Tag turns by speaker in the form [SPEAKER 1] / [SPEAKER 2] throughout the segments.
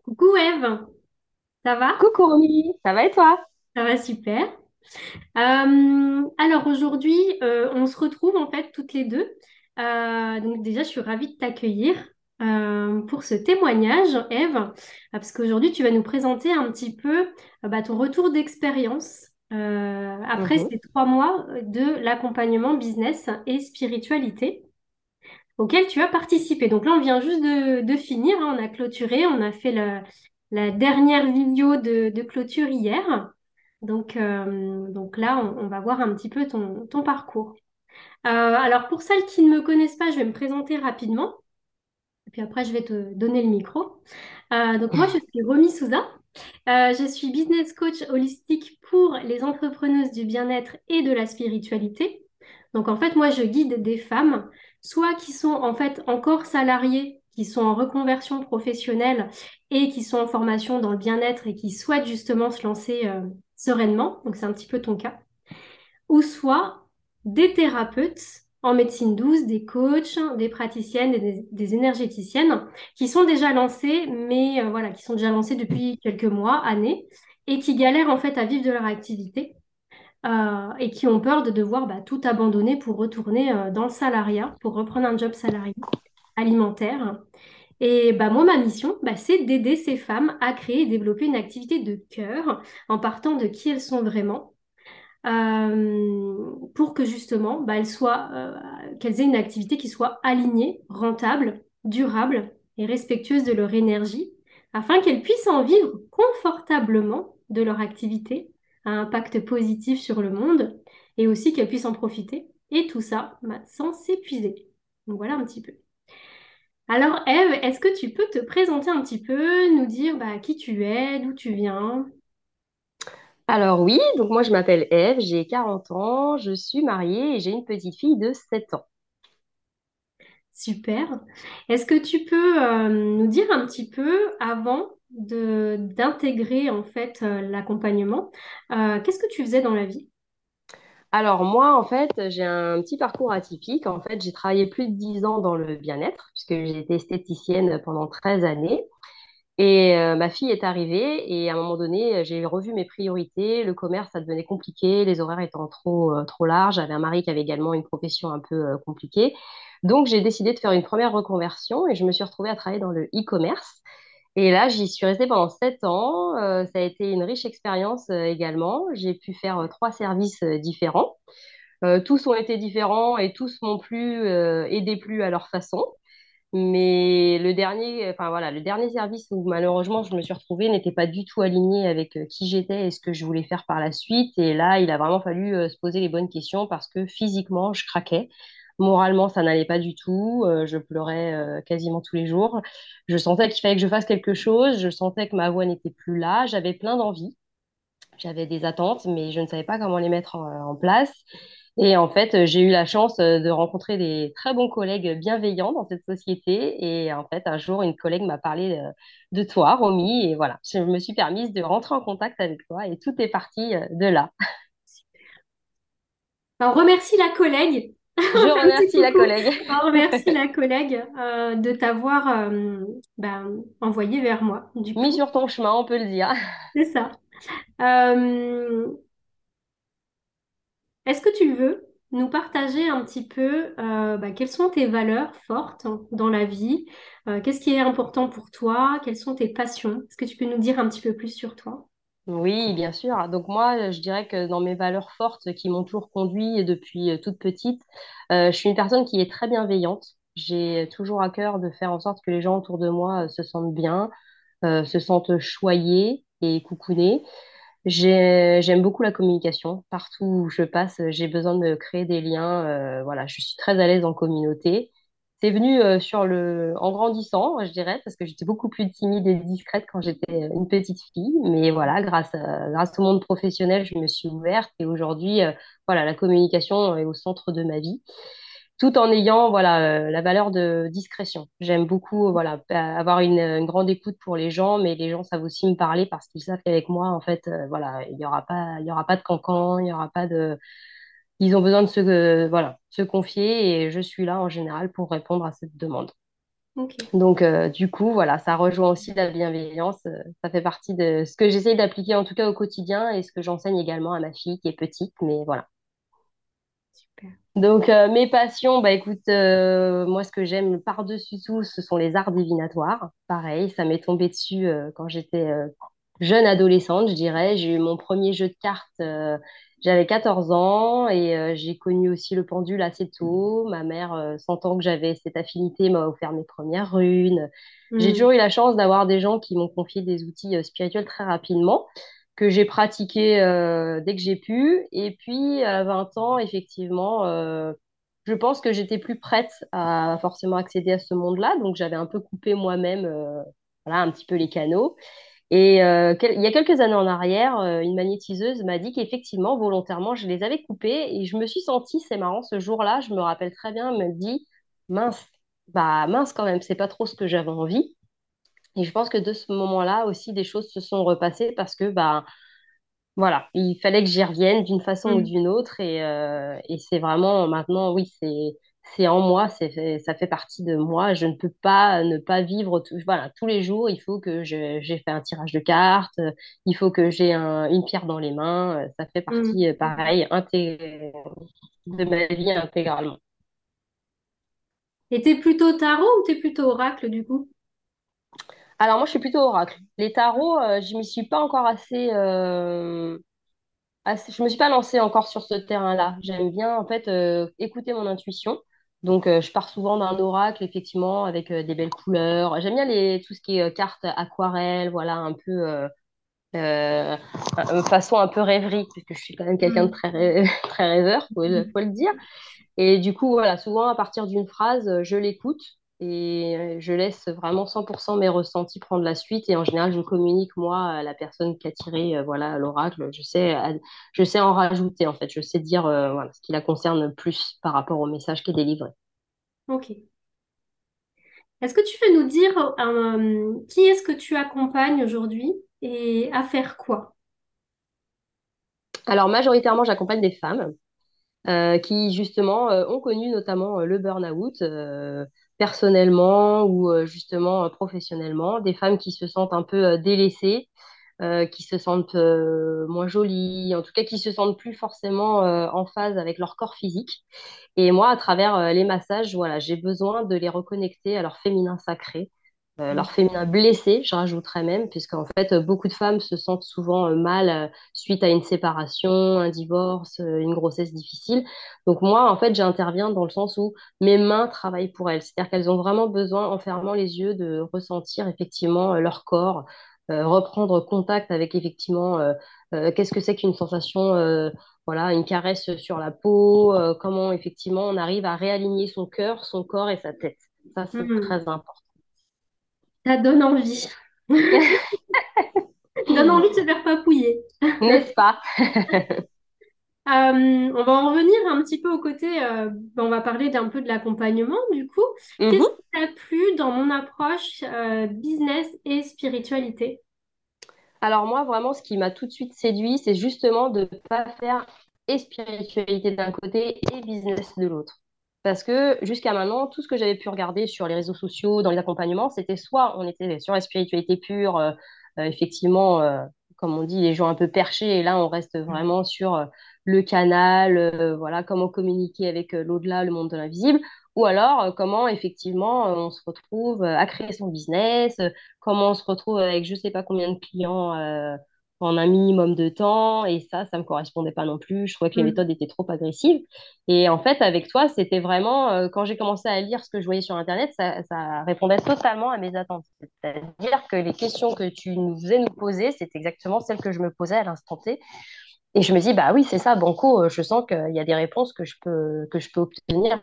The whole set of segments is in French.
[SPEAKER 1] Coucou Eve, ça va?
[SPEAKER 2] Coucou Romy, ça va et toi?
[SPEAKER 1] Ça va super. Alors aujourd'hui, on se retrouve en fait toutes les deux. Donc déjà, je suis ravie de t'accueillir pour ce témoignage, Eve, parce qu'aujourd'hui, tu vas nous présenter un petit peu ton retour d'expérience après
[SPEAKER 2] Mhm.
[SPEAKER 1] ces 3 mois de l'accompagnement business et spiritualité auquel tu as participé. Donc là, on vient juste de finir, hein, on a clôturé, on a fait la dernière vidéo de clôture hier. Donc là, on va voir un petit peu ton parcours. Alors pour celles qui ne me connaissent pas, je vais me présenter rapidement, et puis après, je vais te donner le micro. Donc moi, je suis Romy Souza. Je suis business coach holistique pour les entrepreneuses du bien-être et de la spiritualité. Donc en fait, moi, je guide des femmes, soit qui sont en fait encore salariées, qui sont en reconversion professionnelle et qui sont en formation dans le bien-être et qui souhaitent justement se lancer sereinement. Donc c'est un petit peu ton cas. Ou soit des thérapeutes en médecine douce, des coachs, des praticiennes et des énergéticiennes qui sont déjà lancées, mais voilà, qui sont déjà lancées depuis quelques mois, années, et qui galèrent en fait à vivre de leur activité et qui ont peur de devoir tout abandonner pour retourner dans le salariat, pour reprendre un job salarié alimentaire. Et moi, ma mission, c'est d'aider ces femmes à créer et développer une activité de cœur en partant de qui elles sont vraiment pour que justement qu'elles aient une activité qui soit alignée, rentable, durable et respectueuse de leur énergie, afin qu'elles puissent en vivre confortablement de leur activité, à impact positif sur le monde, et aussi qu'elles puissent en profiter, et tout ça sans s'épuiser. Donc voilà un petit peu. Alors Eve, est-ce que tu peux te présenter un petit peu, nous dire qui tu es, d'où tu viens?
[SPEAKER 2] Alors oui, donc moi je m'appelle Eve, j'ai 40 ans, je suis mariée et j'ai une petite fille de 7 ans.
[SPEAKER 1] Super. Est-ce que tu peux nous dire un petit peu avant de d'intégrer en fait l'accompagnement, qu'est-ce que tu faisais dans la vie?
[SPEAKER 2] Alors moi en fait j'ai un petit parcours atypique. En fait j'ai travaillé plus de 10 ans dans le bien-être puisque j'ai été esthéticienne pendant 13 années. Et ma fille est arrivée et à un moment donné j'ai revu mes priorités. Le commerce ça devenait compliqué, les horaires étant trop larges. J'avais un mari qui avait également une profession un peu compliquée. Donc j'ai décidé de faire une première reconversion et je me suis retrouvée à travailler dans le e-commerce. Et là, j'y suis restée pendant 7 ans. Ça a été une riche expérience également. J'ai pu faire 3 services différents. Tous ont été différents et tous m'ont plu et déplu à leur façon. Mais le dernier, enfin voilà, le dernier service où malheureusement je me suis retrouvée n'était pas du tout aligné avec qui j'étais et ce que je voulais faire par la suite. Et là, il a vraiment fallu se poser les bonnes questions parce que physiquement, je craquais. Moralement, ça n'allait pas du tout. Je pleurais quasiment tous les jours. Je sentais qu'il fallait que je fasse quelque chose. Je sentais que ma voix n'était plus là. J'avais plein d'envie. J'avais des attentes, mais je ne savais pas comment les mettre en place. Et en fait, j'ai eu la chance de rencontrer des très bons collègues bienveillants dans cette société. Et en fait, un jour, une collègue m'a parlé de toi, Romy. Et voilà, je me suis permise de rentrer en contact avec toi et tout est parti de là.
[SPEAKER 1] On remercie la collègue. On
[SPEAKER 2] Je
[SPEAKER 1] fait un petit
[SPEAKER 2] remercie la
[SPEAKER 1] coucou.
[SPEAKER 2] collègue.
[SPEAKER 1] On remercie la collègue de t'avoir envoyé vers moi, du
[SPEAKER 2] Mis
[SPEAKER 1] coup.
[SPEAKER 2] sur ton chemin, on peut le dire.
[SPEAKER 1] C'est ça. Euh, Est-ce que tu veux nous partager un petit peu quelles sont tes valeurs fortes dans la vie? Qu'est-ce qui est important pour toi? Quelles sont tes passions? Est-ce que tu peux nous dire un petit peu plus sur toi?
[SPEAKER 2] Oui, bien sûr. Donc moi, je dirais que dans mes valeurs fortes qui m'ont toujours conduit depuis toute petite, je suis une personne qui est très bienveillante. J'ai toujours à cœur de faire en sorte que les gens autour de moi se sentent bien, se sentent choyés et coucounés. J'aime beaucoup la communication. Partout où je passe, j'ai besoin de créer des liens. Voilà, je suis très à l'aise en communauté. C'est venu en grandissant, je dirais, parce que j'étais beaucoup plus timide et discrète quand j'étais une petite fille. Mais voilà, grâce au monde professionnel, je me suis ouverte et aujourd'hui, voilà, la communication est au centre de ma vie tout en ayant voilà la valeur de discrétion. J'aime beaucoup voilà avoir une grande écoute pour les gens, mais les gens savent aussi me parler parce qu'ils savent qu'avec moi en fait voilà il y aura pas de cancan, il y aura pas de ils ont besoin de se voilà se confier et je suis là en général pour répondre à cette demande.
[SPEAKER 1] Ok.
[SPEAKER 2] Donc, du coup, voilà, ça rejoint aussi la bienveillance. Ça fait partie de ce que j'essaye d'appliquer en tout cas au quotidien et ce que j'enseigne également à ma fille qui est petite. Mais voilà.
[SPEAKER 1] Super.
[SPEAKER 2] Donc, mes passions, bah écoute, moi, ce que j'aime par-dessus tout, ce sont les arts divinatoires. Pareil, ça m'est tombé dessus quand j'étais jeune adolescente, je dirais. J'ai eu mon premier jeu de cartes, j'avais 14 ans et j'ai connu aussi le pendule assez tôt. Ma mère, sentant que j'avais cette affinité, m'a offert mes premières runes. J'ai
[SPEAKER 1] Hmm.
[SPEAKER 2] toujours eu la chance d'avoir des gens qui m'ont confié des outils spirituels très rapidement que j'ai pratiqué dès que j'ai pu. Et puis, à 20 ans, effectivement, je pense que j'étais plus prête à forcément accéder à ce monde-là. Donc, j'avais un peu coupé moi-même, voilà, un petit peu les canaux. Et il y a quelques années en arrière, une magnétiseuse m'a dit qu'effectivement, volontairement, je les avais coupés. Et je me suis sentie, c'est marrant, ce jour-là, je me rappelle très bien, elle me dit, mince, bah mince quand même, c'est pas trop ce que j'avais envie. Et je pense que de ce moment-là aussi, des choses se sont repassées parce que bah, voilà, il fallait que j'y revienne d'une façon ou
[SPEAKER 1] Hmm.
[SPEAKER 2] d'une autre et c'est vraiment maintenant, oui, c'est en moi, ça fait partie de moi. Je ne peux pas ne pas vivre voilà, tous les jours. Il faut que j'ai fait un tirage de cartes, il faut que j'ai une pierre dans les mains. Ça fait
[SPEAKER 1] Hmm.
[SPEAKER 2] partie, pareil, de ma vie intégralement.
[SPEAKER 1] Et t'es plutôt tarot ou t'es plutôt oracle du coup?
[SPEAKER 2] Alors moi, je suis plutôt oracle. Les tarots, je m'y suis pas encore je me suis pas lancée encore sur ce terrain-là. J'aime bien en fait écouter mon intuition. Donc je pars souvent d'un oracle effectivement avec des belles couleurs. J'aime bien tout ce qui est cartes aquarelles, voilà un peu euh, façon un peu rêverie parce que je suis quand même quelqu'un de
[SPEAKER 1] Hmm.
[SPEAKER 2] très très rêveur, faut le dire. Et du coup, voilà, souvent à partir d'une phrase, je l'écoute et je laisse vraiment 100% mes ressentis prendre la suite. Et en général, je communique moi à la personne qui a tiré voilà, l'oracle. Je sais en rajouter en fait. Je sais dire voilà, ce qui la concerne plus par rapport au message qui est délivré.
[SPEAKER 1] Ok. Est-ce que tu veux nous dire qui est-ce que tu accompagnes aujourd'hui et à faire quoi?
[SPEAKER 2] Alors majoritairement, j'accompagne des femmes qui justement ont connu notamment le burn-out personnellement ou justement professionnellement, des femmes qui se sentent un peu délaissées, qui se sentent moins jolies, en tout cas qui se sentent plus forcément en phase avec leur corps physique. Et moi, à travers les massages, voilà, j'ai besoin de les reconnecter à leur féminin sacré, leur féminin blessé, je rajouterais même, puisqu'en fait, beaucoup de femmes se sentent souvent mal suite à une séparation, un divorce, une grossesse difficile. Donc moi, en fait, j'interviens dans le sens où mes mains travaillent pour elles. C'est-à-dire qu'elles ont vraiment besoin, en fermant les yeux, de ressentir effectivement leur corps, reprendre contact avec effectivement qu'est-ce que c'est qu'une sensation, voilà, une caresse sur la peau, comment effectivement on arrive à réaligner son cœur, son corps et sa tête. Ça, c'est
[SPEAKER 1] Hmm.
[SPEAKER 2] très important.
[SPEAKER 1] Ça donne envie. Donne envie de se faire papouiller.
[SPEAKER 2] N'est-ce pas?
[SPEAKER 1] On va en revenir un petit peu au côté, on va parler d'un peu de l'accompagnement du coup. Qu'est-ce
[SPEAKER 2] Mhm.
[SPEAKER 1] qui t'a plu dans mon approche business et spiritualité?
[SPEAKER 2] Alors moi, vraiment, ce qui m'a tout de suite séduit, c'est justement de ne pas faire et spiritualité d'un côté et business de l'autre. Parce que jusqu'à maintenant, tout ce que j'avais pu regarder sur les réseaux sociaux, dans les accompagnements, c'était soit on était sur la spiritualité pure, effectivement, comme on dit, les gens un peu perchés, et là, on reste vraiment sur le canal, voilà, comment communiquer avec l'au-delà, le monde de l'invisible, ou alors comment effectivement on se retrouve à créer son business, comment on se retrouve avec je sais pas combien de clients en un minimum de temps. Et ça me correspondait pas non plus. Je trouvais que les
[SPEAKER 1] Hmm.
[SPEAKER 2] méthodes étaient trop agressives. Et en fait, avec toi, c'était vraiment, quand j'ai commencé à lire ce que je voyais sur Internet, ça répondait totalement à mes attentes. C'est-à-dire que les questions que tu nous faisais nous poser, c'est exactement celles que je me posais à l'instant T. Et je me dis, bah oui, c'est ça, Banco, je sens qu'il y a des réponses que je peux obtenir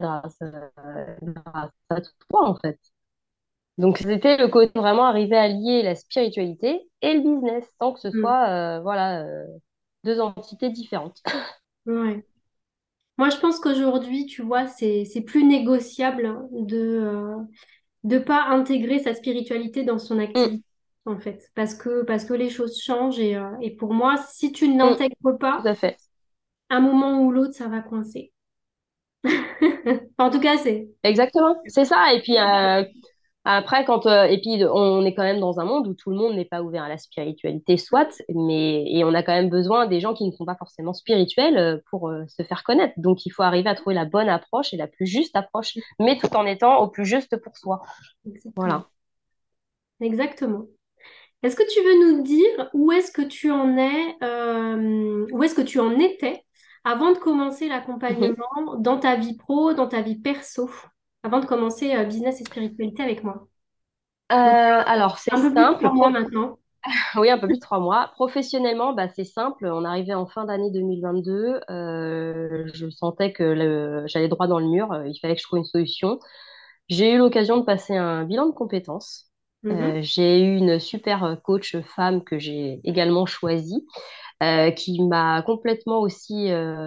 [SPEAKER 2] grâce à toi, en fait. Donc, c'était le côté vraiment arriver à lier la spiritualité et le business sans que ce
[SPEAKER 1] Hmm.
[SPEAKER 2] soit voilà, deux entités différentes.
[SPEAKER 1] Ouais. Moi, je pense qu'aujourd'hui, tu vois, c'est plus négociable de pas intégrer sa spiritualité dans son
[SPEAKER 2] Mm,
[SPEAKER 1] activité, en fait, parce que les choses changent et pour moi, si tu ne
[SPEAKER 2] mm,
[SPEAKER 1] l'intègres
[SPEAKER 2] tout
[SPEAKER 1] pas,
[SPEAKER 2] à fait.
[SPEAKER 1] à un moment ou l'autre, ça va coincer. En tout cas, c'est...
[SPEAKER 2] Exactement, c'est ça. Et puis après, et puis on est quand même dans un monde où tout le monde n'est pas ouvert à la spiritualité, soit, mais et on a quand même besoin des gens qui ne sont pas forcément spirituels pour se faire connaître. Donc il faut arriver à trouver la bonne approche et la plus juste approche, mais tout en étant au plus juste pour soi.
[SPEAKER 1] Exactement.
[SPEAKER 2] Voilà.
[SPEAKER 1] Exactement. Est-ce que tu veux nous dire où est-ce que tu en es, où est-ce que tu en étais avant de commencer
[SPEAKER 2] Mhm.
[SPEAKER 1] l'accompagnement dans ta vie pro, dans ta vie perso, avant de commencer business et spiritualité avec moi? Donc,
[SPEAKER 2] Alors c'est
[SPEAKER 1] un peu plus de
[SPEAKER 2] simple,
[SPEAKER 1] 3 mois maintenant.
[SPEAKER 2] oui, un peu plus de 3 mois. Professionnellement, bah, c'est simple. On arrivait en fin d'année 2022. Je sentais que j'allais droit dans le mur. Il fallait que je trouve une solution. J'ai eu l'occasion de passer un bilan de compétences.
[SPEAKER 1] Mhm.
[SPEAKER 2] J'ai eu une super coach femme que j'ai également choisie, qui m'a complètement aussi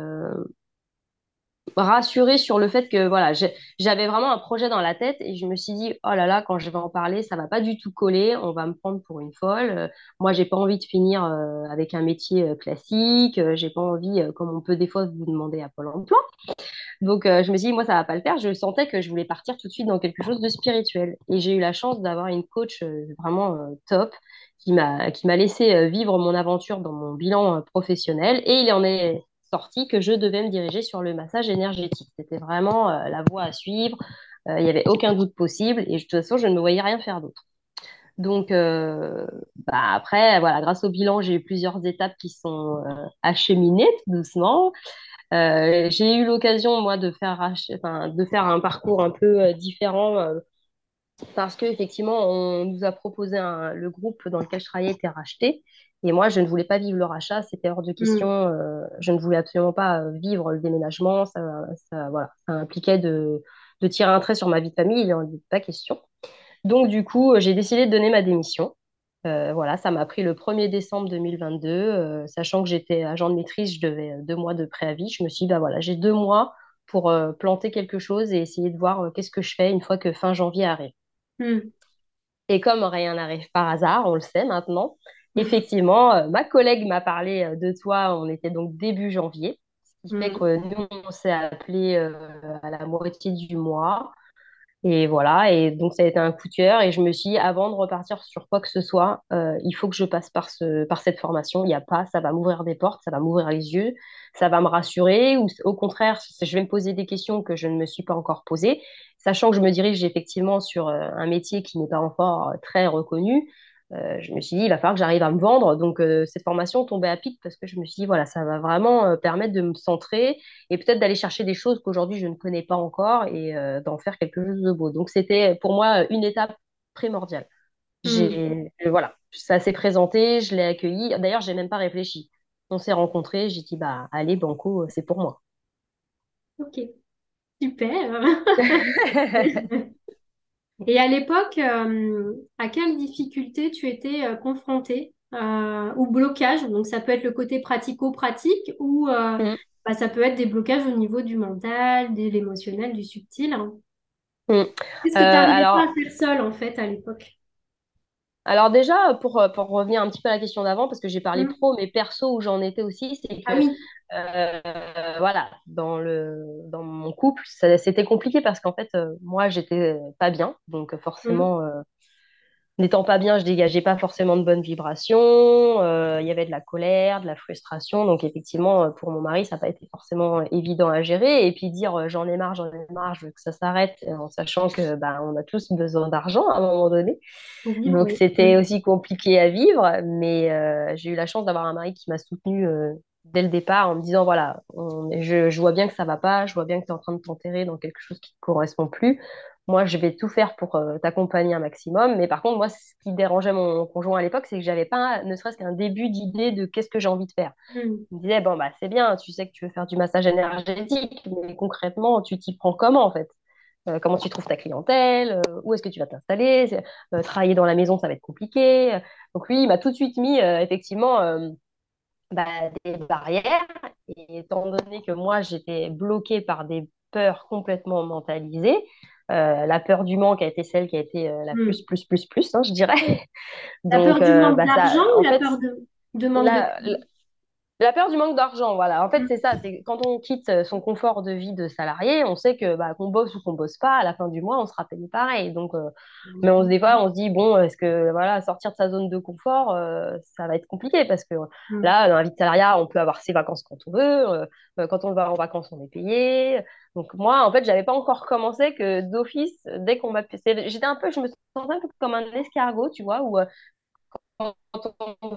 [SPEAKER 2] rassurée sur le fait que voilà, j'avais vraiment un projet dans la tête et je me suis dit, oh là là, quand je vais en parler, ça va pas du tout coller, on va me prendre pour une folle. Moi, j'ai pas envie de finir avec un métier classique, j'ai pas envie, comme on peut des fois vous demander à Pôle emploi. Donc, je me suis dit, moi, ça va pas le faire. Je sentais que je voulais partir tout de suite dans quelque chose de spirituel. Et j'ai eu la chance d'avoir une coach vraiment top qui m'a laissé vivre mon aventure dans mon bilan professionnel. Et il en est sorti que je devais me diriger sur le massage énergétique. C'était vraiment la voie à suivre. Il n'y avait aucun doute possible. Et de toute façon, je ne me voyais rien faire d'autre. Donc, bah après, voilà, grâce au bilan, j'ai eu plusieurs étapes qui sont acheminées tout doucement. J'ai eu l'occasion, moi, de faire un parcours un peu différent parce que effectivement, on nous a proposé le groupe dans lequel je travaillais était racheté. Et moi, je ne voulais pas vivre le rachat, c'était hors de question.
[SPEAKER 1] Mm.
[SPEAKER 2] Je ne voulais absolument pas vivre le déménagement. Voilà, ça impliquait de tirer un trait sur ma vie de famille, il n'en était pas question. Donc, du coup, j'ai décidé de donner ma démission. Voilà, ça m'a pris le 1er décembre 2022, sachant que j'étais agent de maîtrise, je devais 2 mois de préavis. Je me suis dit, bah voilà, j'ai 2 mois pour planter quelque chose et essayer de voir qu'est-ce que je fais une fois que fin janvier arrive.
[SPEAKER 1] Mm.
[SPEAKER 2] Et comme rien n'arrive par hasard, on le sait maintenant, effectivement, ma collègue m'a parlé de toi, on était donc début janvier, ce qui fait
[SPEAKER 1] Mm.
[SPEAKER 2] que nous, on s'est appelé à la moitié du mois. Et voilà, et donc ça a été un coup de cœur. Et je me suis dit, avant de repartir sur quoi que ce soit, il faut que je passe par cette formation. Il n'y a pas, ça va m'ouvrir des portes, ça va m'ouvrir les yeux, ça va me rassurer. Ou au contraire, je vais me poser des questions que je ne me suis pas encore posées, sachant que je me dirige effectivement sur un métier qui n'est pas encore très reconnu. Je me suis dit, il va falloir que j'arrive à me vendre. Donc, cette formation tombait à pic parce que je me suis dit, voilà, ça va vraiment permettre de me centrer et peut-être d'aller chercher des choses qu'aujourd'hui je ne connais pas encore et d'en faire quelque chose de beau. Donc c'était pour moi une étape primordiale.
[SPEAKER 1] Mm.
[SPEAKER 2] Voilà, ça s'est présenté, je l'ai accueilli. D'ailleurs, j'ai même pas réfléchi. On s'est rencontrés, j'ai dit bah allez banco, c'est pour moi.
[SPEAKER 1] Ok, super. Et à l'époque, à quelle difficulté tu étais confrontée ou blocage? Donc ça peut être le côté pratico-pratique ou
[SPEAKER 2] Mm,
[SPEAKER 1] bah, ça peut être des blocages au niveau du mental, de l'émotionnel, du subtil, hein.
[SPEAKER 2] mm.
[SPEAKER 1] Qu'est-ce que tu n'arrivais pas
[SPEAKER 2] Alors,
[SPEAKER 1] à faire seule en fait à l'époque?
[SPEAKER 2] alors déjà, pour revenir un petit peu à la question d'avant, parce que j'ai parlé
[SPEAKER 1] Hmm.
[SPEAKER 2] pro, mais perso où j'en étais aussi, c'est
[SPEAKER 1] Ah
[SPEAKER 2] que
[SPEAKER 1] oui.
[SPEAKER 2] voilà, dans mon couple, c'était compliqué parce qu'en fait, moi, j'étais pas bien, donc
[SPEAKER 1] Hmm.
[SPEAKER 2] forcément, n'étant pas bien, je dégageais pas forcément de bonnes vibrations. Il y avait de la colère, de la frustration. Donc effectivement, pour mon mari, ça n'a pas été forcément évident à gérer. Et puis dire j'en ai marre, je veux que ça s'arrête, en sachant que bah, on a tous besoin d'argent à un moment donné.
[SPEAKER 1] Pour vivre,
[SPEAKER 2] Donc
[SPEAKER 1] oui.
[SPEAKER 2] c'était
[SPEAKER 1] Hmm.
[SPEAKER 2] aussi compliqué à vivre. Mais j'ai eu la chance d'avoir un mari qui m'a soutenue dès le départ en me disant voilà, je vois bien que ça va pas, je vois bien que tu es en train de t'enterrer dans quelque chose qui ne te correspond plus. Moi, je vais tout faire pour t'accompagner un maximum. Mais par contre, moi, ce qui dérangeait mon conjoint à l'époque, c'est que j'avais pas, ne serait-ce qu'un début d'idée de qu'est-ce que j'ai envie de faire.
[SPEAKER 1] Hmm.
[SPEAKER 2] Il me disait, bon, bah, c'est bien, tu sais que tu veux faire du massage énergétique, mais concrètement, tu t'y prends comment, en fait? Comment tu trouves ta clientèle? Où est-ce que tu vas t'installer? Travailler dans la maison, ça va être compliqué. Donc, lui, il m'a tout de suite mis, effectivement, bah, des barrières. Et étant donné que moi, j'étais bloquée par des peurs complètement mentalisées, la peur du manque a été celle qui a été la
[SPEAKER 1] Hmm.
[SPEAKER 2] plus, hein, je dirais.
[SPEAKER 1] La peur
[SPEAKER 2] Donc,
[SPEAKER 1] du manque
[SPEAKER 2] bah, ça,
[SPEAKER 1] d'argent ou
[SPEAKER 2] en
[SPEAKER 1] la
[SPEAKER 2] fait,
[SPEAKER 1] peur de manque de
[SPEAKER 2] là,
[SPEAKER 1] temps?
[SPEAKER 2] La peur du manque d'argent, voilà. En fait,
[SPEAKER 1] Mm.
[SPEAKER 2] c'est ça. C'est quand on quitte son confort de vie de salarié, on sait que bah, qu'on bosse ou qu'on bosse pas, à la fin du mois, on sera payé pareil. Donc, mais des fois, on se dit bon, est-ce que voilà, sortir de sa zone de confort, ça va être compliqué parce que
[SPEAKER 1] Mm.
[SPEAKER 2] là, dans la vie de salariat, on peut avoir ses vacances quand on veut. Quand on va en vacances, on est payé. Donc moi, en fait, j'avais pas encore commencé que d'office, dès qu'on m'a, j'étais un peu, je me sentais un peu comme un escargot, tu vois, où quand on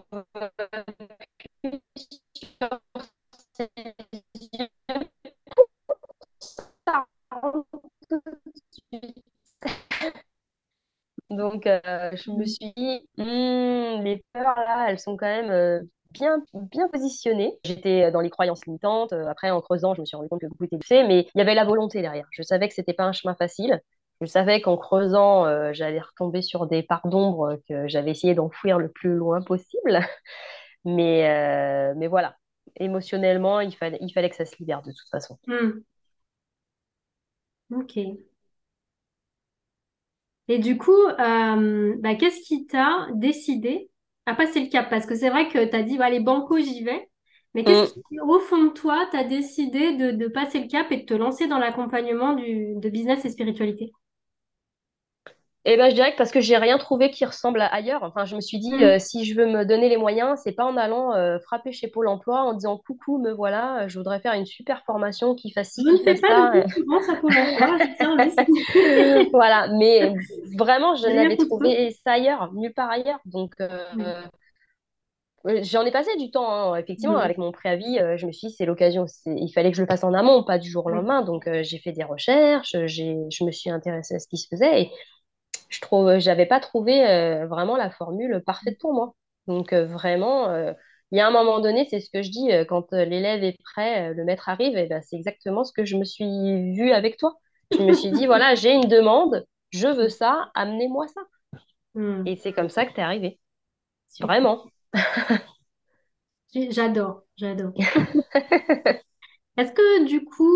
[SPEAKER 2] Donc, je me suis dit, les peurs là, elles sont quand même bien positionnées. J'étais dans les croyances limitantes. Après, en creusant, je me suis rendu compte que beaucoup étaient poussées, mais il y avait la volonté derrière. Je savais que c'était pas un chemin facile. Je savais qu'en creusant, j'allais retomber sur des parts d'ombre que j'avais essayé d'enfouir le plus loin possible. Mais voilà, émotionnellement, il fallait que ça se libère de toute façon.
[SPEAKER 1] Mm. Ok. Et du coup, bah, qu'est-ce qui t'a décidé à passer le cap? Parce que c'est vrai que tu as dit, bah, allez, banco, j'y vais. Mais qu'est-ce
[SPEAKER 2] Mm.
[SPEAKER 1] qui, au fond de toi, t'as décidé de passer le cap et de te lancer dans l'accompagnement de business et spiritualité?
[SPEAKER 2] Eh ben, je dirais que parce que j'ai rien trouvé qui ressemble à ailleurs. Enfin, je me suis dit,
[SPEAKER 1] Hmm.
[SPEAKER 2] si je veux me donner les moyens, c'est pas en allant frapper chez Pôle emploi en disant coucou, me voilà, je voudrais faire une super formation qui fasse
[SPEAKER 1] Je
[SPEAKER 2] ci,
[SPEAKER 1] ne
[SPEAKER 2] qui
[SPEAKER 1] fais
[SPEAKER 2] fasse
[SPEAKER 1] pas de
[SPEAKER 2] ça.
[SPEAKER 1] concurrence à Pôle emploi, je tiens juste.
[SPEAKER 2] Voilà, mais vraiment, je
[SPEAKER 1] Rien
[SPEAKER 2] n'avais
[SPEAKER 1] contre eux.
[SPEAKER 2] trouvé ça ailleurs, nulle part ailleurs. Donc,
[SPEAKER 1] Hmm.
[SPEAKER 2] j'en ai passé du temps, hein. Effectivement,
[SPEAKER 1] Hmm.
[SPEAKER 2] avec mon préavis, je me suis dit, c'est l'occasion. Il fallait que je le fasse en amont, pas du jour au
[SPEAKER 1] Oui.
[SPEAKER 2] lendemain. Donc, j'ai fait des recherches, je me suis intéressée à ce qui se faisait. Je trouve, j'avais pas trouvé vraiment la formule parfaite pour moi. Donc vraiment, il y a un moment donné, c'est ce que je dis, quand l'élève est prêt, le maître arrive, et ben, c'est exactement ce que je me suis vue avec toi. Je me suis dit, voilà, j'ai une demande, je veux ça, amenez-moi ça.
[SPEAKER 1] Hmm.
[SPEAKER 2] Et c'est comme ça que t'es arrivé.
[SPEAKER 1] Super.
[SPEAKER 2] Vraiment.
[SPEAKER 1] J'adore, j'adore. Est-ce que du coup,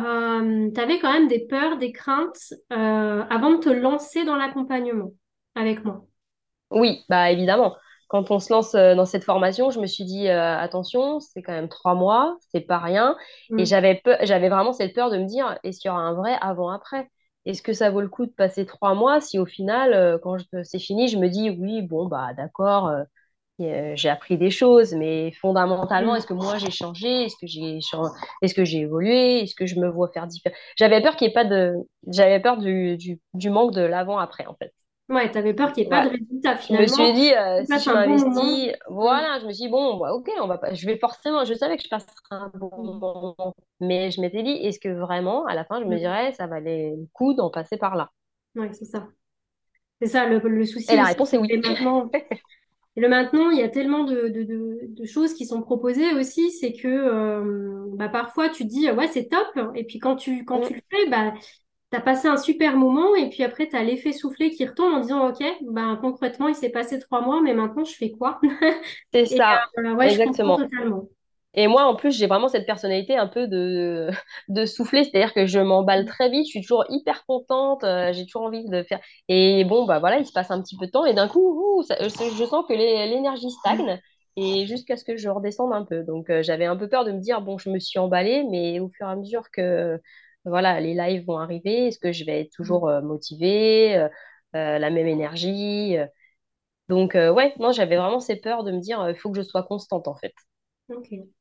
[SPEAKER 1] tu avais quand même des peurs, des craintes avant de te lancer dans l'accompagnement avec moi?
[SPEAKER 2] Oui, bah évidemment. Quand on se lance dans cette formation, je me suis dit attention, c'est quand même 3 mois, c'est pas rien. Et
[SPEAKER 1] Hmm.
[SPEAKER 2] j'avais vraiment cette peur de me dire, est-ce qu'il y aura un vrai avant-après? Est-ce que ça vaut le coup de passer 3 mois si au final, c'est fini, je me dis oui, bon bah d'accord, j'ai appris des choses, mais fondamentalement,
[SPEAKER 1] Hmm.
[SPEAKER 2] est-ce que moi j'ai changé? Est-ce que j'ai évolué? Est-ce que je me vois faire différent? J'avais peur qu'il y ait pas de, j'avais peur du manque de l'avant-après en fait.
[SPEAKER 1] Ouais, tu avais peur qu'il n'y ait pas de
[SPEAKER 2] Voilà.
[SPEAKER 1] résultat
[SPEAKER 2] Je me suis
[SPEAKER 1] finalement.
[SPEAKER 2] dit,
[SPEAKER 1] Tu
[SPEAKER 2] si
[SPEAKER 1] passes
[SPEAKER 2] je
[SPEAKER 1] un bon moment.
[SPEAKER 2] m'investis,
[SPEAKER 1] Hmm.
[SPEAKER 2] voilà, je me suis dit, bon, bah, ok, on va pas, je vais forcément, je savais que je passerais un bon
[SPEAKER 1] Hmm.
[SPEAKER 2] moment, mais je m'étais dit, est-ce que vraiment, à la fin, je me
[SPEAKER 1] Hmm.
[SPEAKER 2] dirais, ça valait le coup d'en passer par là?
[SPEAKER 1] Ouais, c'est ça. C'est ça le
[SPEAKER 2] Et
[SPEAKER 1] souci
[SPEAKER 2] la
[SPEAKER 1] aussi.
[SPEAKER 2] réponse est oui.
[SPEAKER 1] Et le maintenant, il y a tellement de choses qui sont proposées aussi, c'est que bah, parfois tu te dis ouais c'est top, et puis quand tu
[SPEAKER 2] Mm,
[SPEAKER 1] le fais, bah, tu as passé un super moment, et puis après tu as l'effet soufflé qui retombe en disant ok, bah, concrètement il s'est passé 3 mois, mais maintenant je fais quoi?
[SPEAKER 2] c'est
[SPEAKER 1] Et
[SPEAKER 2] ça,
[SPEAKER 1] ouais, je comprends
[SPEAKER 2] exactement.
[SPEAKER 1] totalement.
[SPEAKER 2] Et moi, en plus, j'ai vraiment cette personnalité un peu de souffler, c'est-à-dire que je m'emballe très vite, je suis toujours hyper contente, j'ai toujours envie de faire. Et bon, bah voilà, il se passe un petit peu de temps et d'un coup, je sens que l'énergie stagne et jusqu'à ce que je redescende un peu. Donc, j'avais un peu peur de me dire, bon, je me suis emballée, mais au fur et à mesure que voilà, les lives vont arriver, est-ce que je vais être toujours motivée, la même énergie? Donc, ouais, non, j'avais vraiment ces peurs de me dire, il faut que je sois constante en fait.
[SPEAKER 1] Ok.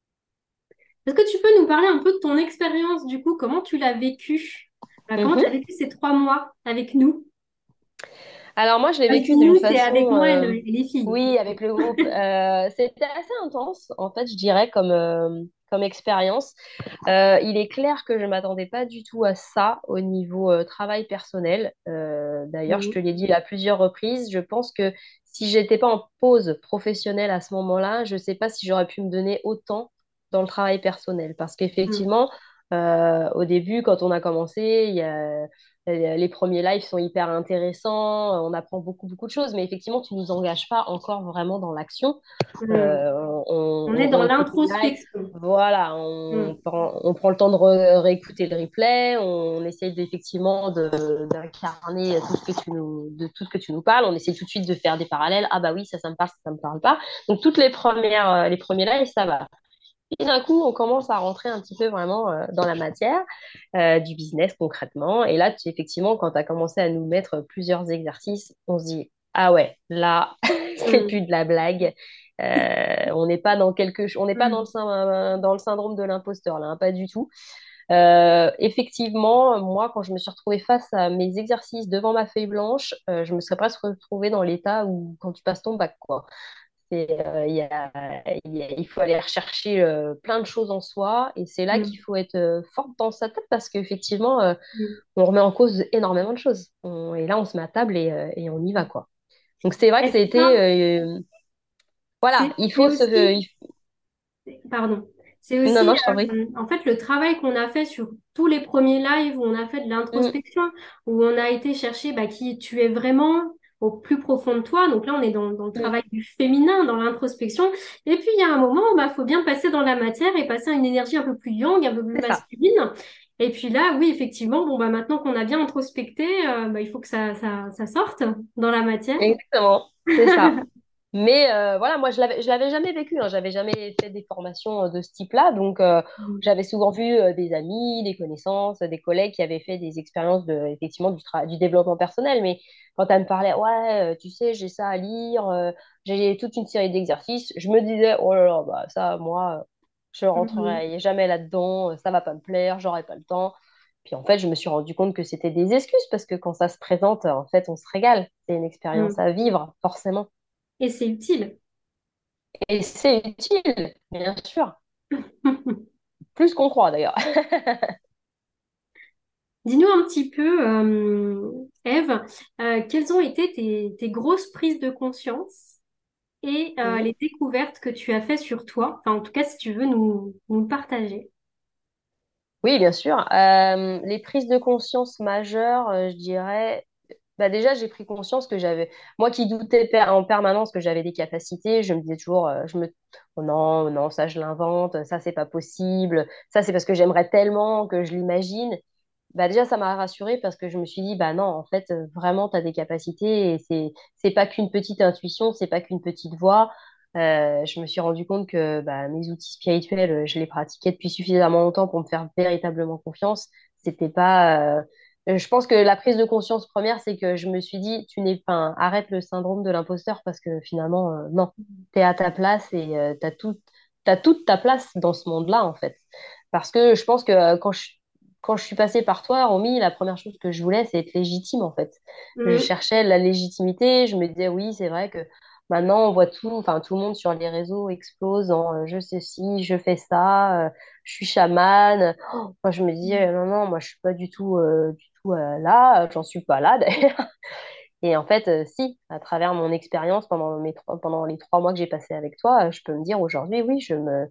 [SPEAKER 1] Est-ce que tu peux nous parler un peu de ton expérience du coup? Comment tu l'as vécu? Comment tu as
[SPEAKER 2] Mhm.
[SPEAKER 1] vécu ces 3 mois avec nous?
[SPEAKER 2] Alors moi, je l'ai
[SPEAKER 1] Avec
[SPEAKER 2] vécu d'une
[SPEAKER 1] nous, c'est avec
[SPEAKER 2] façon,
[SPEAKER 1] moi et les filles.
[SPEAKER 2] oui, avec le groupe. C'était assez intense, en fait, je dirais, comme expérience. Il est clair que je m'attendais pas du tout à ça au niveau travail personnel. D'ailleurs, je te
[SPEAKER 1] Mhm.
[SPEAKER 2] l'ai dit à plusieurs reprises, je pense que si j'étais pas en pause professionnelle à ce moment-là, je sais pas si j'aurais pu me donner autant dans le travail personnel. Parce
[SPEAKER 1] Mhm.
[SPEAKER 2] qu'effectivement, au début, quand on a commencé, les premiers lives sont hyper intéressants, on apprend beaucoup, beaucoup de choses, mais effectivement, tu nous engages pas encore vraiment dans l'action.
[SPEAKER 1] Hmm. On est
[SPEAKER 2] On
[SPEAKER 1] dans
[SPEAKER 2] réécoute les lives.
[SPEAKER 1] l'introspection.
[SPEAKER 2] Voilà,
[SPEAKER 1] Hmm.
[SPEAKER 2] on prend le temps de réécouter le replay, on essaye effectivement d'incarner de tout ce que tu nous parles, on essaie tout de suite de faire des parallèles. Ah bah oui, ça me parle, ça me parle pas. Donc toutes les premiers lives, ça va. Et d'un coup, on commence à rentrer un petit peu vraiment dans la matière du business concrètement. Et là, effectivement, quand tu as commencé à nous mettre plusieurs exercices, on se dit, ah ouais, là, c'est
[SPEAKER 1] Hmm.
[SPEAKER 2] plus de la blague. On n'est pas on n'est pas
[SPEAKER 1] Hmm.
[SPEAKER 2] dans le syndrome de l'imposteur là, hein, pas du tout. Effectivement, moi, quand je me suis retrouvée face à mes exercices devant ma feuille blanche, je me serais presque retrouvée dans l'état où quand tu passes ton bac, quoi. Il faut aller rechercher plein de choses en soi et c'est là qu'il
[SPEAKER 1] Hmm.
[SPEAKER 2] faut être forte dans sa tête parce qu'effectivement,
[SPEAKER 1] Hmm.
[SPEAKER 2] on remet en cause énormément de choses. Et là, on se met à table et on y va, quoi. Donc, c'est vrai que
[SPEAKER 1] Est-ce que
[SPEAKER 2] voilà,
[SPEAKER 1] c'est
[SPEAKER 2] il
[SPEAKER 1] c'est
[SPEAKER 2] faut se...
[SPEAKER 1] aussi, pardon, c'est
[SPEAKER 2] Non,
[SPEAKER 1] aussi
[SPEAKER 2] non, je t'en prie.
[SPEAKER 1] en fait le travail qu'on a fait sur tous les premiers lives où on a fait de
[SPEAKER 2] Mm,
[SPEAKER 1] l'introspection, où on a été chercher bah, qui tu es vraiment au plus profond de toi. Donc là, on est dans le
[SPEAKER 2] mm,
[SPEAKER 1] travail du féminin, dans l'introspection. Et puis il y a un moment, bah, faut bien passer dans la matière et passer à une énergie un peu plus yang, un peu plus
[SPEAKER 2] c'est ça,
[SPEAKER 1] masculine. Et puis là, oui, effectivement, bon bah maintenant qu'on a bien introspecté, bah, il faut que ça sorte dans la matière.
[SPEAKER 2] exactement, c'est ça. Mais voilà, moi, je l'avais jamais vécu, hein. J'avais jamais fait des formations de ce type-là. Donc, j'avais souvent vu des amis, des connaissances, des collègues qui avaient fait des expériences effectivement, du développement personnel. Mais quand elle me parlait, ouais, tu sais, j'ai ça à lire, j'ai toute une série d'exercices, je me disais, oh là là, bah, ça, moi, je
[SPEAKER 1] Mhm.
[SPEAKER 2] rentrerai jamais là-dedans, ça va pas me plaire, j'aurai pas le temps. Puis en fait, je me suis rendu compte que c'était des excuses parce que quand ça se présente, en fait, on se régale. C'est une expérience
[SPEAKER 1] Mhm.
[SPEAKER 2] à vivre, forcément.
[SPEAKER 1] Et c'est utile.
[SPEAKER 2] Et c'est utile, bien sûr. Plus qu'on croit d'ailleurs.
[SPEAKER 1] Dis-nous un petit peu, Ève, quelles ont été tes grosses prises de conscience et
[SPEAKER 2] Mhm.
[SPEAKER 1] les découvertes que tu as fait sur toi? Enfin, en tout cas, si tu veux nous partager.
[SPEAKER 2] Oui, bien sûr. Les prises de conscience majeures, je dirais, bah déjà, j'ai pris conscience que moi qui doutais en permanence que j'avais des capacités, je me disais toujours, oh non, non, ça je l'invente, ça c'est pas possible, ça c'est parce que j'aimerais tellement que je l'imagine. Bah déjà, ça m'a rassurée parce que je me suis dit, bah non, en fait, vraiment, tu as des capacités et c'est pas qu'une petite intuition, c'est pas qu'une petite voix. Je me suis rendu compte que bah, mes outils spirituels, je les pratiquais depuis suffisamment longtemps pour me faire véritablement confiance. C'était pas. Je pense que la prise de conscience première, c'est que je me suis dit, tu n'es pas, arrête le syndrome de l'imposteur parce que finalement, non, tu es à ta place et t'as toute ta place dans ce monde-là, en fait. Parce que je pense que quand je suis passée par toi, Romy, la première chose que je voulais, c'est être légitime, en fait. Je
[SPEAKER 1] Mhm.
[SPEAKER 2] cherchais la légitimité. Je me disais, oui, c'est vrai que maintenant, on voit enfin, tout le monde sur les réseaux explose en je sais ci, je fais ça, je suis chamane. Oh, moi, je me disais, non, non, moi, je suis pas du tout là, j'en suis pas là, d'ailleurs. Et en fait, si, à travers mon expérience pendant les 3 mois que j'ai passé avec toi, je peux me dire aujourd'hui, oui,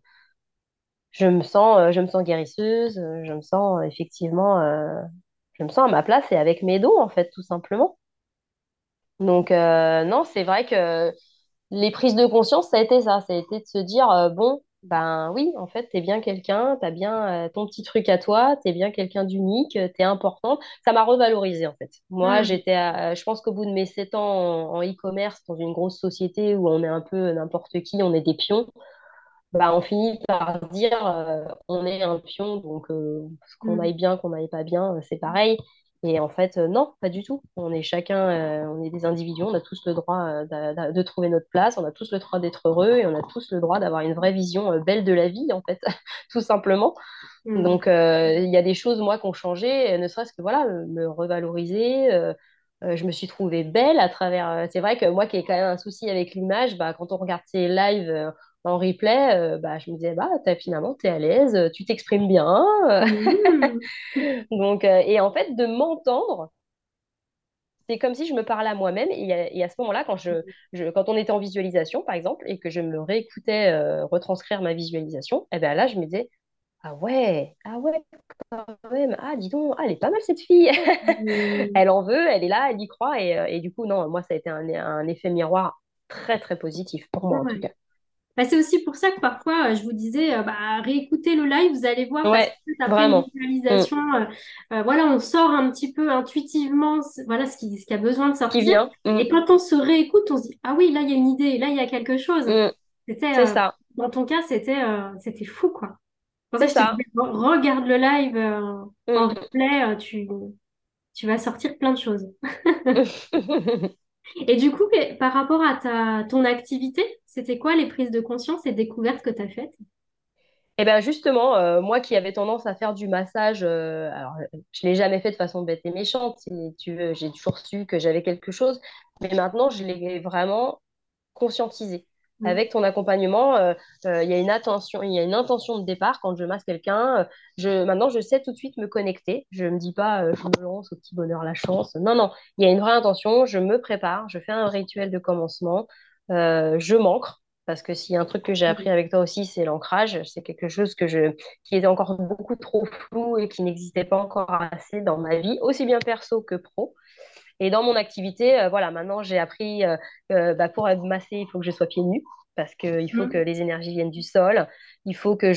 [SPEAKER 2] je me sens guérisseuse, je me sens effectivement, je me sens à ma place et avec mes dons, en fait, tout simplement. Donc, non, c'est vrai que les prises de conscience, ça a été ça. Ça a été de se dire, bon, ben oui, en fait, t'es bien quelqu'un, t'as bien ton petit truc à toi, t'es bien quelqu'un d'unique, t'es importante. Ça m'a revalorisée, en fait. Moi,
[SPEAKER 1] Mhm.
[SPEAKER 2] je pense qu'au bout de mes 7 ans en e-commerce, dans une grosse société où on est un peu n'importe qui, on est des pions, bah, on finit par dire on est un pion, donc qu'on
[SPEAKER 1] Mhm.
[SPEAKER 2] aille bien, qu'on aille pas bien, c'est pareil. Et en fait, non, pas du tout. On est chacun, on est des individus, on a tous le droit de trouver notre place, on a tous le droit d'être heureux et on a tous le droit d'avoir une vraie vision belle de la vie, en fait, tout simplement.
[SPEAKER 1] Mhm.
[SPEAKER 2] Donc, il y a des choses, moi, qui ont changé, ne serait-ce que, voilà, me revaloriser. Je me suis trouvée belle à travers. C'est vrai que moi, qui ai quand même un souci avec l'image, bah, quand on regarde ces lives en replay, bah, je me disais, bah, finalement, tu es à l'aise, tu t'exprimes bien.
[SPEAKER 1] Mhm.
[SPEAKER 2] Donc, et en fait, de m'entendre, c'est comme si je me parlais à moi-même. Et à ce moment-là, quand on était en visualisation, par exemple, et que je me réécoutais retranscrire ma visualisation, et ben là, je me disais, ah ouais, quand même. Ah, dis donc, ah, elle est pas mal cette fille.
[SPEAKER 1] Et-
[SPEAKER 2] Elle en veut, elle est là, elle y croit. Et du coup, non, moi, ça a été un effet miroir très, très positif pour moi, en tout
[SPEAKER 1] ouais.
[SPEAKER 2] cas.
[SPEAKER 1] Bah, c'est aussi pour ça que parfois, je vous disais, bah, réécoutez le live, vous allez voir, parce
[SPEAKER 2] Ouais,
[SPEAKER 1] que après une
[SPEAKER 2] vraiment. Mm.
[SPEAKER 1] visualisation, voilà, on sort un petit peu intuitivement, voilà ce qui a besoin de
[SPEAKER 2] Qui
[SPEAKER 1] sortir.
[SPEAKER 2] vient. Mm.
[SPEAKER 1] Et quand on se réécoute, on se dit, ah oui, là, il y a une idée, là, il y a quelque chose.
[SPEAKER 2] Mm.
[SPEAKER 1] C'était,
[SPEAKER 2] C'est ça,
[SPEAKER 1] dans ton cas, c'était fou, quoi. C'est pour ça
[SPEAKER 2] c'est
[SPEAKER 1] que je te
[SPEAKER 2] ça.
[SPEAKER 1] disais, regarde le live, en
[SPEAKER 2] Mm.
[SPEAKER 1] replay, tu vas sortir plein de choses. Et du coup, par rapport à ton activité, c'était quoi les prises de conscience et découvertes que tu as faites?
[SPEAKER 2] Et bien justement, moi qui avais tendance à faire du massage, alors je l'ai jamais fait de façon bête et méchante, si tu veux, j'ai toujours su que j'avais quelque chose, mais maintenant je l'ai vraiment conscientisé.
[SPEAKER 1] Mm.
[SPEAKER 2] Avec ton accompagnement, il y a une attention, il y a une intention de départ quand je masse quelqu'un. Maintenant, je sais tout de suite me connecter. Je me dis pas, je me lance au petit bonheur, la chance. Non, non, il y a une vraie intention. Je me prépare, je fais un rituel de commencement. Je m'ancre parce que s'il y a un truc que j'ai appris avec toi aussi, c'est l'ancrage. C'est quelque chose qui est encore beaucoup trop flou et qui n'existait pas encore assez dans ma vie, aussi bien perso que pro. Et dans mon activité, voilà, maintenant j'ai appris bah, pour être massée, il faut que je sois pieds nus parce qu'il faut que
[SPEAKER 1] Mm.
[SPEAKER 2] les énergies viennent du sol. Il faut que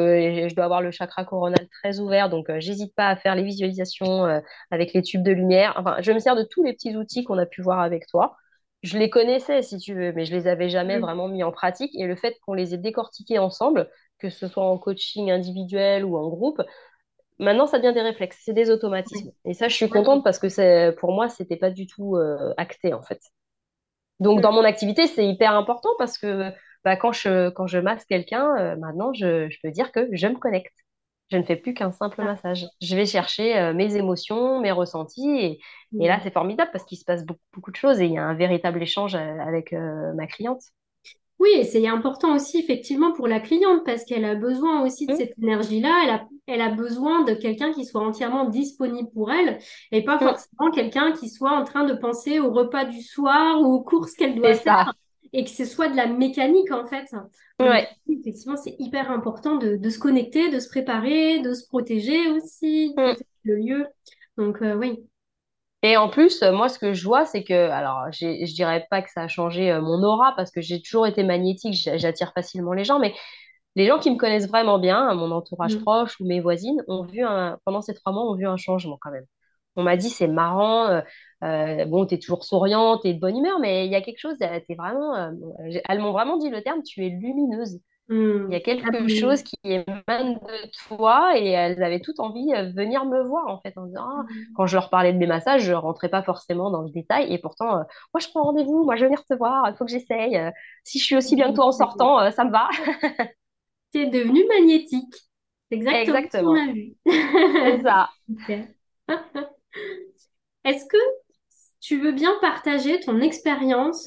[SPEAKER 2] je dois avoir le chakra coronal très ouvert, donc j'hésite pas à faire les visualisations avec les tubes de lumière. Enfin, je me sers de tous les petits outils qu'on a pu voir avec toi. Je les connaissais, si tu veux, mais je les avais jamais
[SPEAKER 1] Mm.
[SPEAKER 2] vraiment mis en pratique. Et le fait qu'on les ait décortiqués ensemble, que ce soit en coaching individuel ou en groupe, maintenant, ça devient des réflexes, c'est des
[SPEAKER 1] Ouais.
[SPEAKER 2] automatismes. Et ça, je suis
[SPEAKER 1] D'accord.
[SPEAKER 2] contente parce que pour moi, c'était pas du tout acté en fait. Donc,
[SPEAKER 1] Mm.
[SPEAKER 2] dans mon activité, c'est hyper important parce que bah, quand je masse quelqu'un, maintenant, je peux dire que je me connecte. Je ne fais plus qu'un simple
[SPEAKER 1] Ah.
[SPEAKER 2] massage. Je vais chercher mes émotions, mes ressentis. Et là,
[SPEAKER 1] Mm.
[SPEAKER 2] c'est formidable parce qu'il se passe beaucoup, beaucoup de choses et il y a un véritable échange avec ma cliente.
[SPEAKER 1] Oui, et c'est important aussi effectivement pour la cliente parce qu'elle a besoin aussi de
[SPEAKER 2] Hum,
[SPEAKER 1] cette énergie-là. Elle a besoin de quelqu'un qui soit entièrement disponible pour elle et pas
[SPEAKER 2] hum,
[SPEAKER 1] forcément quelqu'un qui soit en train de penser au repas du soir ou aux courses qu'elle doit
[SPEAKER 2] c'est
[SPEAKER 1] faire
[SPEAKER 2] ça.
[SPEAKER 1] et que ce soit de la mécanique en fait. Donc,
[SPEAKER 2] Ouais.
[SPEAKER 1] effectivement, c'est hyper important de se connecter, de se préparer, de se protéger aussi,
[SPEAKER 2] Hum.
[SPEAKER 1] protéger le lieu. Donc, oui.
[SPEAKER 2] Et en plus, moi, ce que je vois, c'est que, alors, je dirais pas que ça a changé mon aura parce que j'ai toujours été magnétique, j'attire facilement les gens, mais les gens qui me connaissent vraiment bien, mon entourage
[SPEAKER 1] Mm.
[SPEAKER 2] proche ou mes voisines, pendant ces 3 mois, ont vu un changement quand même. On m'a dit, c'est marrant, bon, t'es toujours souriante, t'es de bonne humeur, mais il y a quelque chose, t'es vraiment, elles m'ont vraiment dit le terme, tu es lumineuse. Il y a
[SPEAKER 1] Mm. Ah,
[SPEAKER 2] quelque
[SPEAKER 1] mais-
[SPEAKER 2] chose qui émane de toi et elles avaient toutes envie de venir me voir en fait en disant ah,
[SPEAKER 1] Mm.
[SPEAKER 2] quand je leur parlais de mes massages, je rentrais pas forcément dans le détail et pourtant moi je prends rendez-vous, moi je vais venir te voir, il faut que j'essaye. Si je suis aussi bien que toi en sortant, ça me va.
[SPEAKER 1] C'est devenu magnétique. C'est exactement ce qu'on
[SPEAKER 2] Exactement,
[SPEAKER 1] a vu.
[SPEAKER 2] c'est ça.
[SPEAKER 1] Super. Est-ce que tu veux bien partager ton expérience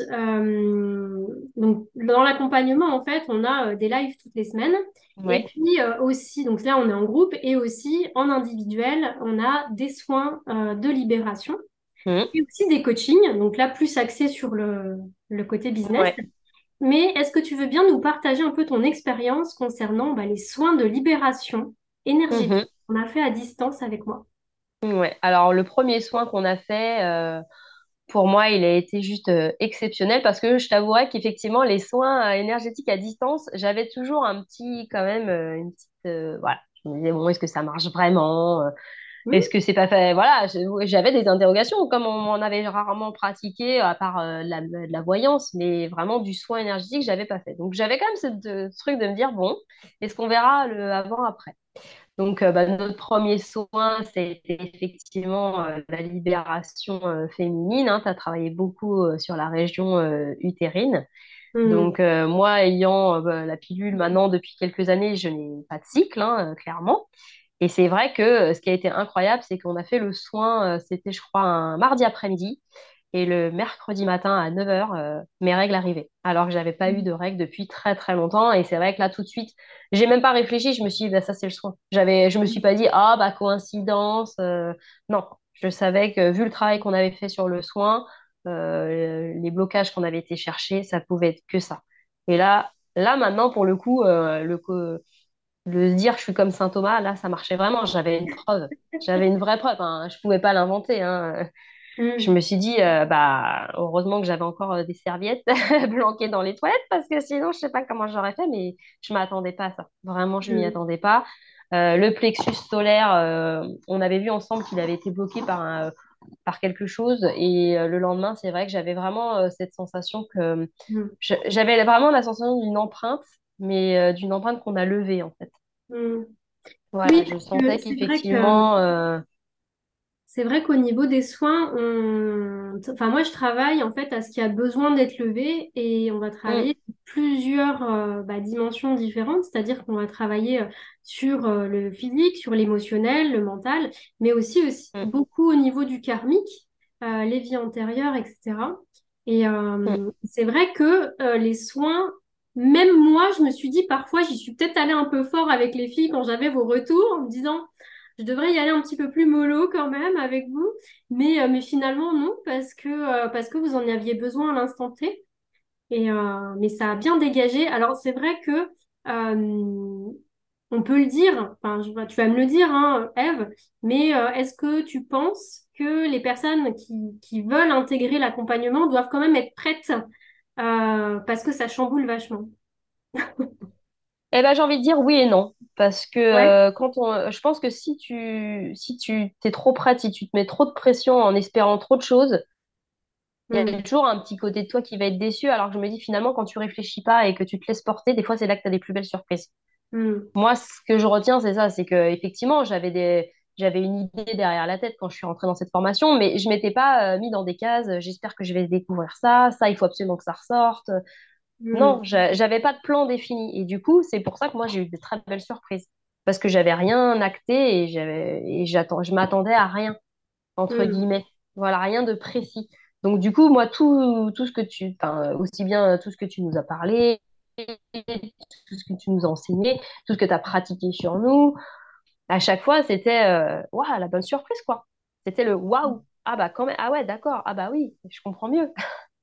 [SPEAKER 1] donc, dans l'accompagnement, en fait, on a des lives toutes les semaines. Et
[SPEAKER 2] Ouais.
[SPEAKER 1] puis aussi, donc là, on est en groupe et aussi en individuel, on a des soins de libération
[SPEAKER 2] Mhm.
[SPEAKER 1] et aussi des coachings. Donc là, plus axé sur le côté business.
[SPEAKER 2] Ouais.
[SPEAKER 1] Mais est-ce que tu veux bien nous partager un peu ton expérience concernant bah, les soins de libération énergétique
[SPEAKER 2] Mhm.
[SPEAKER 1] qu'on a fait à distance avec moi?
[SPEAKER 2] Ouais. Alors le premier soin qu'on a fait, pour moi, il a été juste exceptionnel parce que je t'avouerais qu'effectivement, les soins énergétiques à distance, j'avais toujours un petit, quand même, une petite, voilà. Je me disais, bon, est-ce que ça marche vraiment?
[SPEAKER 1] Hmm.
[SPEAKER 2] Est-ce que c'est pas fait? Voilà, j'avais des interrogations, comme on m'en avait rarement pratiqué, à part de la voyance, mais vraiment du soin énergétique, j'avais pas fait. Donc j'avais quand même ce truc de me dire, bon, est-ce qu'on verra le avant-après? Donc, bah, notre premier soin, c'était effectivement la libération féminine. Tu as travaillé beaucoup sur la région utérine.
[SPEAKER 1] Hmm.
[SPEAKER 2] Donc, moi, ayant bah, la pilule maintenant depuis quelques années, je n'ai pas de cycle, hein, clairement. Et c'est vrai que ce qui a été incroyable, c'est qu'on a fait le soin, c'était, je crois, un mardi après-midi. Et le mercredi matin à 9 heures, mes règles arrivaient. Alors que j'avais pas eu de règles depuis très très longtemps. Et c'est vrai que là, tout de suite, j'ai même pas réfléchi. Je me suis dit, bah, ça, c'est le soin. Je me suis pas dit, ah, bah, coïncidence. Non, je savais que vu le travail qu'on avait fait sur le soin, les blocages qu'on avait été chercher, ça pouvait être que ça. Et là maintenant, pour le coup, Le se dire je suis comme Saint Thomas, là, ça marchait vraiment. J'avais une preuve. J'avais une vraie preuve, hein. Je pouvais pas l'inventer, hein. Je
[SPEAKER 1] Mm,
[SPEAKER 2] me suis dit, bah, heureusement que j'avais encore des serviettes planquées dans les toilettes parce que sinon, je sais pas comment j'aurais fait, mais je m'attendais pas à ça. Vraiment, je m'y
[SPEAKER 1] mm,
[SPEAKER 2] attendais pas. Le plexus solaire, on avait vu ensemble qu'il avait été bloqué par quelque chose. Et le lendemain, c'est vrai que j'avais vraiment cette sensation que
[SPEAKER 1] mm,
[SPEAKER 2] j'avais vraiment la sensation d'une empreinte, mais d'une empreinte qu'on a levée, en fait.
[SPEAKER 1] mm.
[SPEAKER 2] Voilà,
[SPEAKER 1] Oui,
[SPEAKER 2] je
[SPEAKER 1] parce que
[SPEAKER 2] sentais qu'effectivement,
[SPEAKER 1] c'est vrai qu'au niveau des soins, enfin moi je travaille en fait à ce qui a besoin d'être levé et on va
[SPEAKER 2] hum,
[SPEAKER 1] travailler sur plusieurs dimensions différentes, c'est-à-dire qu'on va travailler sur le physique, sur l'émotionnel, le mental, mais aussi
[SPEAKER 2] hum,
[SPEAKER 1] beaucoup au niveau du karmique, les vies antérieures, etc. Et
[SPEAKER 2] hum.
[SPEAKER 1] c'est vrai que les soins, même moi, je me suis dit parfois, j'y suis peut-être allée un peu fort avec les filles quand j'avais vos retours, en me disant je devrais y aller un petit peu plus mollo quand même avec vous, mais finalement non, parce que vous en aviez besoin à l'instant T. Mais ça a bien dégagé. Alors c'est vrai que on peut le dire, enfin, tu vas me le dire, hein, Eve, mais est-ce que tu penses que les personnes qui veulent intégrer l'accompagnement doivent quand même être prêtes parce que ça chamboule vachement?
[SPEAKER 2] Eh ben, j'ai envie de dire oui et non. Parce que
[SPEAKER 1] Ouais.
[SPEAKER 2] je pense que si tu t'es trop prête, si tu te mets trop de pression en espérant trop de choses, il y a
[SPEAKER 1] Mm,
[SPEAKER 2] toujours un petit côté de toi qui va être déçu. Alors que je me dis finalement, quand tu réfléchis pas et que tu te laisses porter, des fois, c'est là que tu as des plus belles surprises.
[SPEAKER 1] mm,
[SPEAKER 2] Moi, ce que je retiens, c'est ça, c'est que effectivement, j'avais une idée derrière la tête quand je suis rentrée dans cette formation, mais je m'étais pas mis dans des cases. J'espère que je vais découvrir ça. Ça, il faut absolument que ça ressorte. Non,
[SPEAKER 1] mm,
[SPEAKER 2] j'avais pas de plan défini. Et du coup, c'est pour ça que moi, j'ai eu de très belles surprises. Parce que j'avais rien acté je m'attendais à rien, entre
[SPEAKER 1] mm,
[SPEAKER 2] guillemets. Voilà, rien de précis. Donc, du coup, moi, tout ce que enfin, aussi bien tout ce que tu nous as parlé, tout ce que tu nous as enseigné, tout ce que tu as pratiqué sur nous, à chaque fois, c'était, waouh, la bonne surprise, quoi. C'était le waouh. Ah bah quand même, ah ouais, d'accord, ah bah oui, je comprends mieux.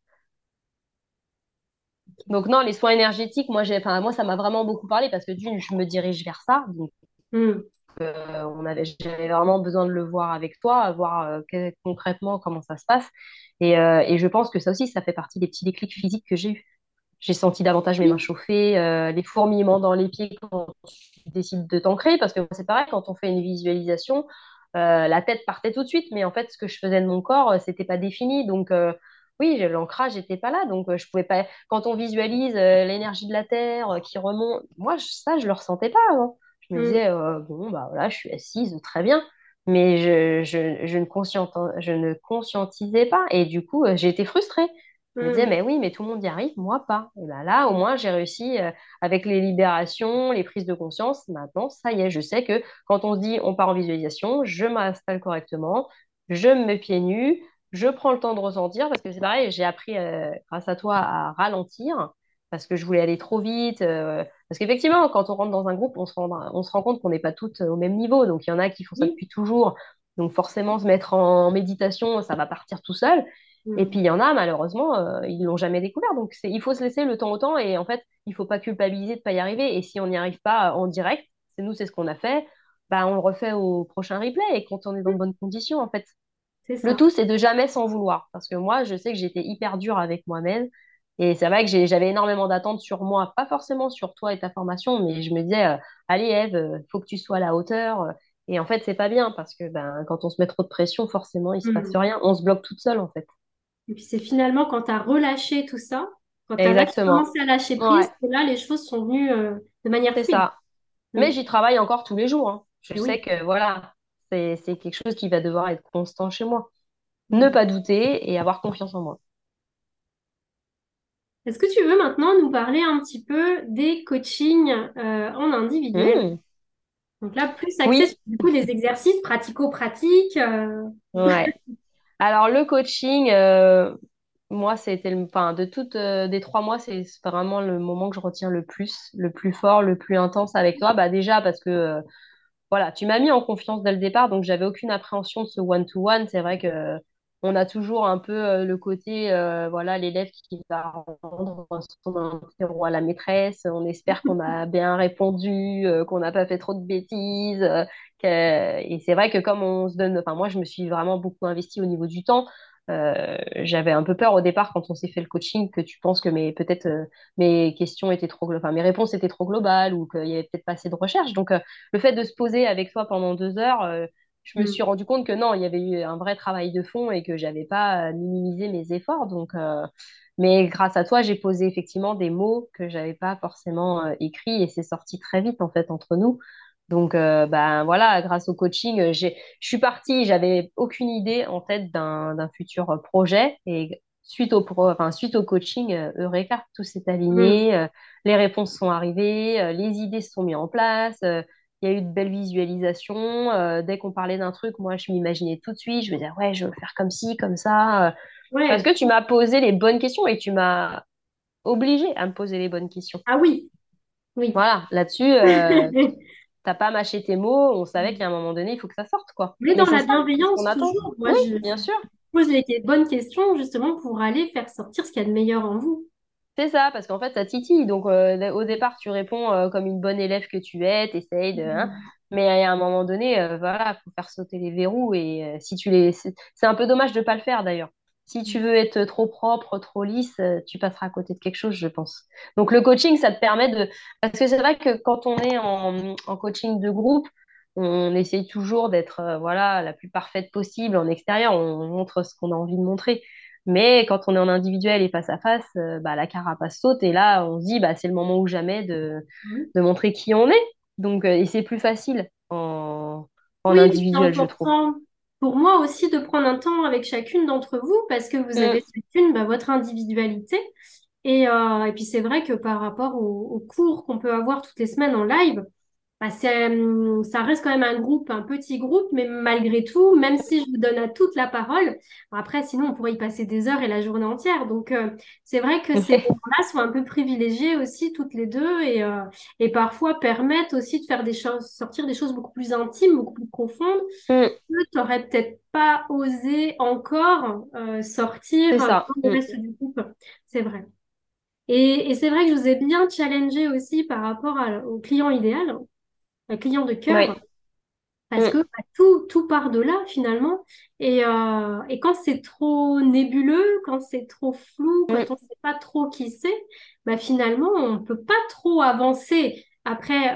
[SPEAKER 2] Donc non, les soins énergétiques, enfin, moi, ça m'a vraiment beaucoup parlé parce que d'une, je me dirige vers ça. Donc,
[SPEAKER 1] mm.
[SPEAKER 2] j'avais vraiment besoin de le voir avec toi, voir concrètement comment ça se passe. Et je pense que ça aussi, ça fait partie des petits déclics physiques que j'ai eus. J'ai senti davantage mes mains
[SPEAKER 1] Oui.
[SPEAKER 2] chauffer, les fourmillements dans les pieds quand tu décides de t'ancrer, parce que c'est pareil, quand on fait une visualisation, la tête partait tout de suite, mais en fait, ce que je faisais de mon corps, c'était pas défini. Donc, oui, l'ancrage n'était pas là. Donc, je pouvais pas. Quand on visualise l'énergie de la Terre qui remonte, moi, ça, je le ressentais pas avant. Je me
[SPEAKER 1] Mm,
[SPEAKER 2] disais, bon, bah voilà, je suis assise, très bien. Mais je ne conscientisais pas. Et du coup, j'ai été frustrée. Je me disais,
[SPEAKER 1] mm.
[SPEAKER 2] mais oui, mais tout le monde y arrive, moi pas. Et ben là, au moins, j'ai réussi avec les libérations, les prises de conscience. Maintenant, ça y est, je sais que quand on se dit on part en visualisation, je m'installe correctement, je me mets pieds nus, je prends le temps de ressentir parce que c'est pareil, j'ai appris grâce à toi à ralentir parce que je voulais aller trop vite. Parce qu'effectivement, quand on rentre dans un groupe, on se rend compte qu'on n'est pas toutes au même niveau. Donc, il y en a qui font ça
[SPEAKER 1] Oui.
[SPEAKER 2] depuis toujours. Donc, forcément, se mettre en méditation, ça va partir tout seul. Et
[SPEAKER 1] Mm,
[SPEAKER 2] puis il y en a, malheureusement, ils l'ont jamais découvert. Donc il faut se laisser le temps au temps et en fait, il faut pas culpabiliser de pas y arriver. Et si on n'y arrive pas en direct, c'est ce qu'on a fait, bah, on le refait au prochain replay et quand on est dans de bonnes conditions, en fait.
[SPEAKER 1] c'est
[SPEAKER 2] Le
[SPEAKER 1] ça.
[SPEAKER 2] tout, c'est de jamais s'en vouloir. Parce que moi, je sais que j'étais hyper dure avec moi-même. Et c'est vrai que j'avais énormément d'attentes sur moi, pas forcément sur toi et ta formation, mais je me disais, allez Eve, faut que tu sois à la hauteur. Et en fait, c'est pas bien parce que ben, quand on se met trop de pression, forcément, il se passe
[SPEAKER 1] Mm.
[SPEAKER 2] rien. On se bloque toute seule, en fait.
[SPEAKER 1] Et puis c'est finalement quand tu as relâché tout ça, quand tu as
[SPEAKER 2] Exactement.
[SPEAKER 1] commencé à lâcher prise,
[SPEAKER 2] Ouais,
[SPEAKER 1] que là, les choses sont venues de manière
[SPEAKER 2] c'est
[SPEAKER 1] fluide.
[SPEAKER 2] ça.
[SPEAKER 1] Mm.
[SPEAKER 2] Mais j'y travaille encore tous les jours, hein. Je
[SPEAKER 1] Et
[SPEAKER 2] sais
[SPEAKER 1] oui.
[SPEAKER 2] que voilà, c'est quelque chose qui va devoir être constant chez moi. Ne
[SPEAKER 1] Mm.
[SPEAKER 2] pas douter et avoir confiance en moi.
[SPEAKER 1] Est-ce que tu veux maintenant nous parler un petit peu des coachings en individuel?
[SPEAKER 2] Hmm.
[SPEAKER 1] Donc là, plus axé sur
[SPEAKER 2] Oui,
[SPEAKER 1] du coup des exercices pratico-pratiques.
[SPEAKER 2] ouais. Alors le coaching, moi, c'était enfin, de toutes des 3 mois, c'est vraiment le moment que je retiens le plus fort, le plus intense avec toi. Bah déjà parce que voilà, tu m'as mis en confiance dès le départ, donc j'avais aucune appréhension de ce one-to-one. C'est vrai que on a toujours un peu le côté, voilà, l'élève qui va rendre son interro à la maîtresse. On espère qu'on a bien répondu, qu'on n'a pas fait trop de bêtises. Et c'est vrai que comme on se donne, enfin, moi, je me suis vraiment beaucoup investie au niveau du temps. J'avais un peu peur au départ quand on s'est fait le coaching que tu penses que peut-être mes questions étaient trop, enfin, mes réponses étaient trop globales ou qu'il y avait peut-être pas assez de recherche. Donc, le fait de se poser avec toi pendant 2 heures, je me suis
[SPEAKER 1] Mm.
[SPEAKER 2] rendu compte que non, il y avait eu un vrai travail de fond et que j'avais pas minimisé mes efforts. Donc, mais grâce à toi, j'ai posé effectivement des mots que j'avais pas forcément écrits et c'est sorti très vite en fait entre nous. Donc, ben voilà, grâce au coaching, je suis partie, j'avais aucune idée en tête d'un futur projet et suite au coaching, Eureka, tout s'est
[SPEAKER 1] Mm.
[SPEAKER 2] aligné, les réponses sont arrivées, les idées se sont mises en place. Il y a eu de belles visualisations. Dès qu'on parlait d'un truc, moi, je m'imaginais tout de suite. Je me disais, ouais, je veux le faire comme ci, comme ça. Parce
[SPEAKER 1] Ouais.
[SPEAKER 2] que tu m'as posé les bonnes questions et tu m'as obligé à me poser les bonnes questions.
[SPEAKER 1] Ah oui, oui.
[SPEAKER 2] Voilà, là-dessus, t'as pas mâché tes mots. On savait qu'à un moment donné, il faut que ça sorte, quoi.
[SPEAKER 1] Mais
[SPEAKER 2] Mais
[SPEAKER 1] dans
[SPEAKER 2] c'est
[SPEAKER 1] la
[SPEAKER 2] ça, c'est ce qu'on
[SPEAKER 1] bienveillance,
[SPEAKER 2] attend.
[SPEAKER 1] toujours. Moi,
[SPEAKER 2] Oui,
[SPEAKER 1] je
[SPEAKER 2] bien sûr.
[SPEAKER 1] pose les bonnes questions justement pour aller faire sortir ce qu'il y a de meilleur en vous.
[SPEAKER 2] C'est ça, parce qu'en fait, ça titille. Donc, au départ, tu réponds comme une bonne élève que tu es, t'essayes de, hein.
[SPEAKER 1] Mm.
[SPEAKER 2] Mais à un moment donné, voilà, faut faire sauter les verrous. Et si tu les, c'est un peu dommage de pas le faire d'ailleurs. Si tu veux être trop propre, trop lisse, tu passeras à côté de quelque chose, je pense. Donc, le coaching, ça te permet de, parce que c'est vrai que quand on est en coaching de groupe, on essaye toujours d'être, voilà, la plus parfaite possible en extérieur. On montre ce qu'on a envie de montrer. Mais quand on est en individuel et face à face, bah, la carapace saute et là, on se dit, bah, c'est le moment ou jamais
[SPEAKER 1] Mm.
[SPEAKER 2] de montrer qui on est. Donc, et c'est plus facile en
[SPEAKER 1] Oui, puis c'est
[SPEAKER 2] individuel, je trouve.
[SPEAKER 1] important pour moi aussi de prendre un temps avec chacune d'entre vous parce que vous
[SPEAKER 2] Mm,
[SPEAKER 1] avez chacune bah, votre individualité. Et puis c'est vrai que par rapport aux cours qu'on peut avoir toutes les semaines en live, bah, ça reste quand même un groupe, un petit groupe, mais malgré tout, même si je vous donne à toute la parole, après, sinon, on pourrait y passer des heures et la journée entière. Donc, c'est vrai que ces moments-là sont un peu privilégiés aussi, toutes les deux, et parfois permettent aussi de faire des choses, sortir des choses beaucoup plus intimes, beaucoup plus profondes,
[SPEAKER 2] mm,
[SPEAKER 1] que tu n'aurais peut-être pas osé encore sortir
[SPEAKER 2] c'est ça.
[SPEAKER 1] dans le
[SPEAKER 2] Mm,
[SPEAKER 1] reste du groupe. C'est vrai. Et c'est vrai que je vous ai bien challengé aussi par rapport au client idéal, un client de cœur.
[SPEAKER 2] ouais.
[SPEAKER 1] Parce que
[SPEAKER 2] Mm,
[SPEAKER 1] bah, tout part de là finalement. Et quand c'est trop nébuleux, quand c'est trop flou, quand
[SPEAKER 2] mm,
[SPEAKER 1] on ne sait pas trop qui c'est, bah, finalement, on ne peut pas trop avancer après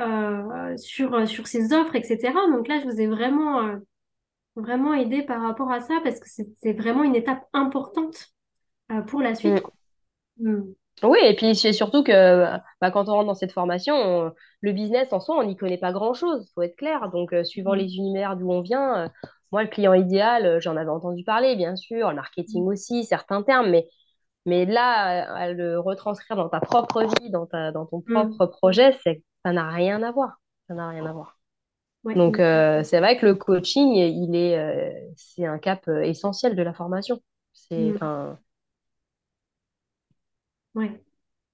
[SPEAKER 1] sur ces offres, etc. Donc là, je vous ai vraiment aidé par rapport à ça parce que c'est vraiment une étape importante pour la suite,
[SPEAKER 2] mm.
[SPEAKER 1] quoi. Mm.
[SPEAKER 2] Oui, et puis c'est surtout que bah, quand on rentre dans cette formation, le business en soi, on n'y connaît pas grand-chose, faut être clair. Donc, suivant
[SPEAKER 1] Mm.
[SPEAKER 2] les univers d'où on vient, moi, le client idéal, j'en avais entendu parler, bien sûr, le marketing aussi, certains termes, mais là, à le retranscrire dans ta propre vie, dans ton
[SPEAKER 1] Mm.
[SPEAKER 2] propre projet, ça n'a rien à voir. Ça n'a rien à voir.
[SPEAKER 1] Ouais,
[SPEAKER 2] Donc, c'est vrai que le coaching, c'est un cap essentiel de la formation.
[SPEAKER 1] mm.
[SPEAKER 2] Enfin,
[SPEAKER 1] Ouais.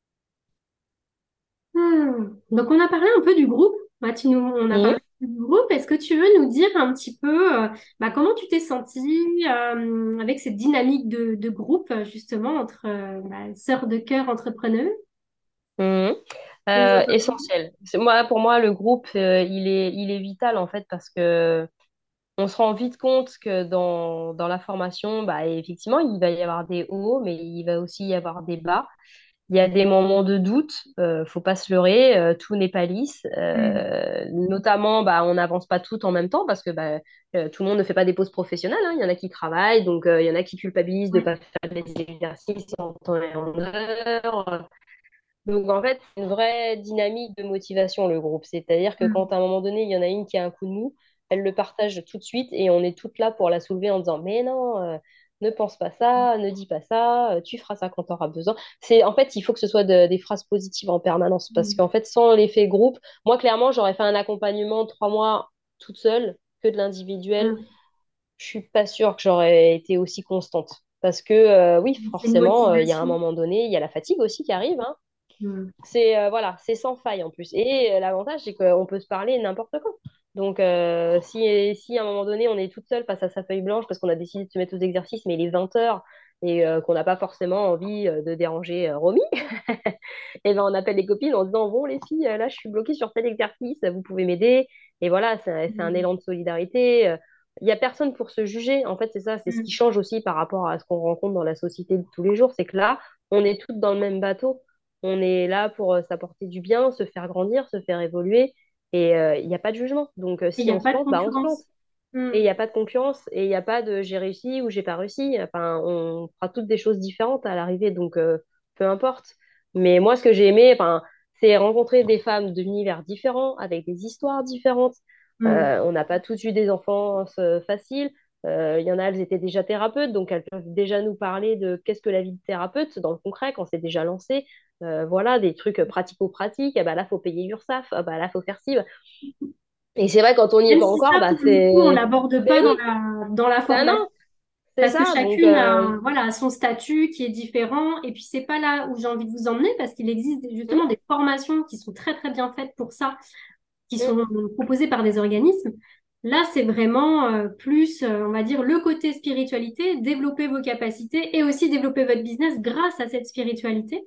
[SPEAKER 1] Donc, on a parlé un peu du groupe. Bah, on a
[SPEAKER 2] mhm,
[SPEAKER 1] parlé du groupe. Est-ce que tu veux nous dire un petit peu bah, comment tu t'es sentie avec cette dynamique de groupe, justement, entre bah, sœurs de cœur entrepreneurs?
[SPEAKER 2] mhm.
[SPEAKER 1] Vous êtes ensemble.
[SPEAKER 2] Essentiel. Pour moi, le groupe, il est vital en fait parce que on se rend vite compte que dans la formation, bah, effectivement, il va y avoir des hauts, mais il va aussi y avoir des bas. Il y a des moments de doute, faut pas se leurrer, tout n'est pas lisse.
[SPEAKER 1] Mm.
[SPEAKER 2] Notamment, bah, on n'avance pas tout en même temps parce que bah, tout le monde ne fait pas des pauses professionnelles, hein. Il y en a qui travaillent, donc il y en a qui culpabilisent de
[SPEAKER 1] Ouais.
[SPEAKER 2] pas faire les exercices en temps et en heure. Donc en fait, c'est une vraie dynamique de motivation, le groupe. C'est-à-dire que quand
[SPEAKER 1] Mm.
[SPEAKER 2] à un moment donné, il y en a une qui a un coup de mou, elle le partage tout de suite et on est toutes là pour la soulever en disant, mais non, ne pense pas ça, ne dis pas ça, tu feras ça quand tu auras besoin. En fait, il faut que ce soit des phrases positives en permanence parce
[SPEAKER 1] Mm.
[SPEAKER 2] qu'en fait, sans l'effet groupe, moi, clairement, j'aurais fait un accompagnement 3 mois toute seule que de l'individuel.
[SPEAKER 1] Mm.
[SPEAKER 2] Je suis pas sûre que j'aurais été aussi constante. Parce que oui,
[SPEAKER 1] C'est une
[SPEAKER 2] forcément, il y a un
[SPEAKER 1] motivation.
[SPEAKER 2] moment donné, il y a la fatigue aussi qui arrive, hein.
[SPEAKER 1] Mm.
[SPEAKER 2] C'est voilà, c'est sans faille en plus. Et l'avantage, c'est qu'on peut se parler n'importe quand. Donc, si à un moment donné, on est toute seule face à sa feuille blanche parce qu'on a décidé de se mettre aux exercices, mais il est 20 heures et qu'on n'a pas forcément envie de déranger Romy, et ben on appelle les copines en disant, bon, les filles, là, je suis bloquée sur tel exercice, vous pouvez m'aider. Et voilà, c'est un
[SPEAKER 1] Mm.
[SPEAKER 2] élan de solidarité. Il n'y a personne pour se juger. En fait, c'est ça, c'est ce qui
[SPEAKER 1] Mm.
[SPEAKER 2] change aussi par rapport à ce qu'on rencontre dans la société de tous les jours. C'est que là, on est toutes dans le même bateau. On est là pour s'apporter du bien, se faire grandir, se faire évoluer. Et il n'y a pas de jugement. Donc,
[SPEAKER 1] Et il n'y
[SPEAKER 2] si
[SPEAKER 1] a
[SPEAKER 2] on se
[SPEAKER 1] pas de
[SPEAKER 2] plante, bah, on se plante.
[SPEAKER 1] concurrence. Mm.
[SPEAKER 2] Et il n'y a pas de concurrence. Et il n'y a pas de j'ai réussi ou j'ai pas réussi. Enfin, on fera toutes des choses différentes à l'arrivée. Donc, peu importe. Mais moi, ce que j'ai aimé, enfin, c'est rencontrer des femmes d'univers différents, avec des histoires différentes.
[SPEAKER 1] Mm.
[SPEAKER 2] On n'a pas tous eu des enfances faciles. Il y en a, elles étaient déjà thérapeutes, donc elles peuvent déjà nous parler de qu'est-ce que la vie de thérapeute dans le concret quand c'est déjà lancé. Voilà, des trucs pratico-pratiques. Ah bah là, faut payer l'URSSAF. Ah bah là, faut faire ci. Et c'est vrai, quand on n'y est
[SPEAKER 1] Même
[SPEAKER 2] pas
[SPEAKER 1] si ça,
[SPEAKER 2] encore, bah
[SPEAKER 1] pour le coup, on
[SPEAKER 2] c'est.
[SPEAKER 1] l'aborde
[SPEAKER 2] Ben
[SPEAKER 1] pas
[SPEAKER 2] oui,
[SPEAKER 1] dans la
[SPEAKER 2] ben
[SPEAKER 1] formation.
[SPEAKER 2] non, c'est
[SPEAKER 1] Parce que
[SPEAKER 2] ça. Donc,
[SPEAKER 1] chacune a, voilà, a son statut qui est différent. Et puis, c'est pas là où j'ai envie de vous emmener parce qu'il existe
[SPEAKER 2] hum,
[SPEAKER 1] justement des formations qui sont très, très bien faites pour ça, qui
[SPEAKER 2] hum,
[SPEAKER 1] sont proposées par des organismes. Là, c'est vraiment plus, on va dire, le côté spiritualité, développer vos capacités et aussi développer votre business grâce à cette spiritualité.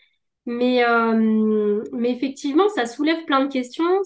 [SPEAKER 1] Mais effectivement, ça soulève plein de questions.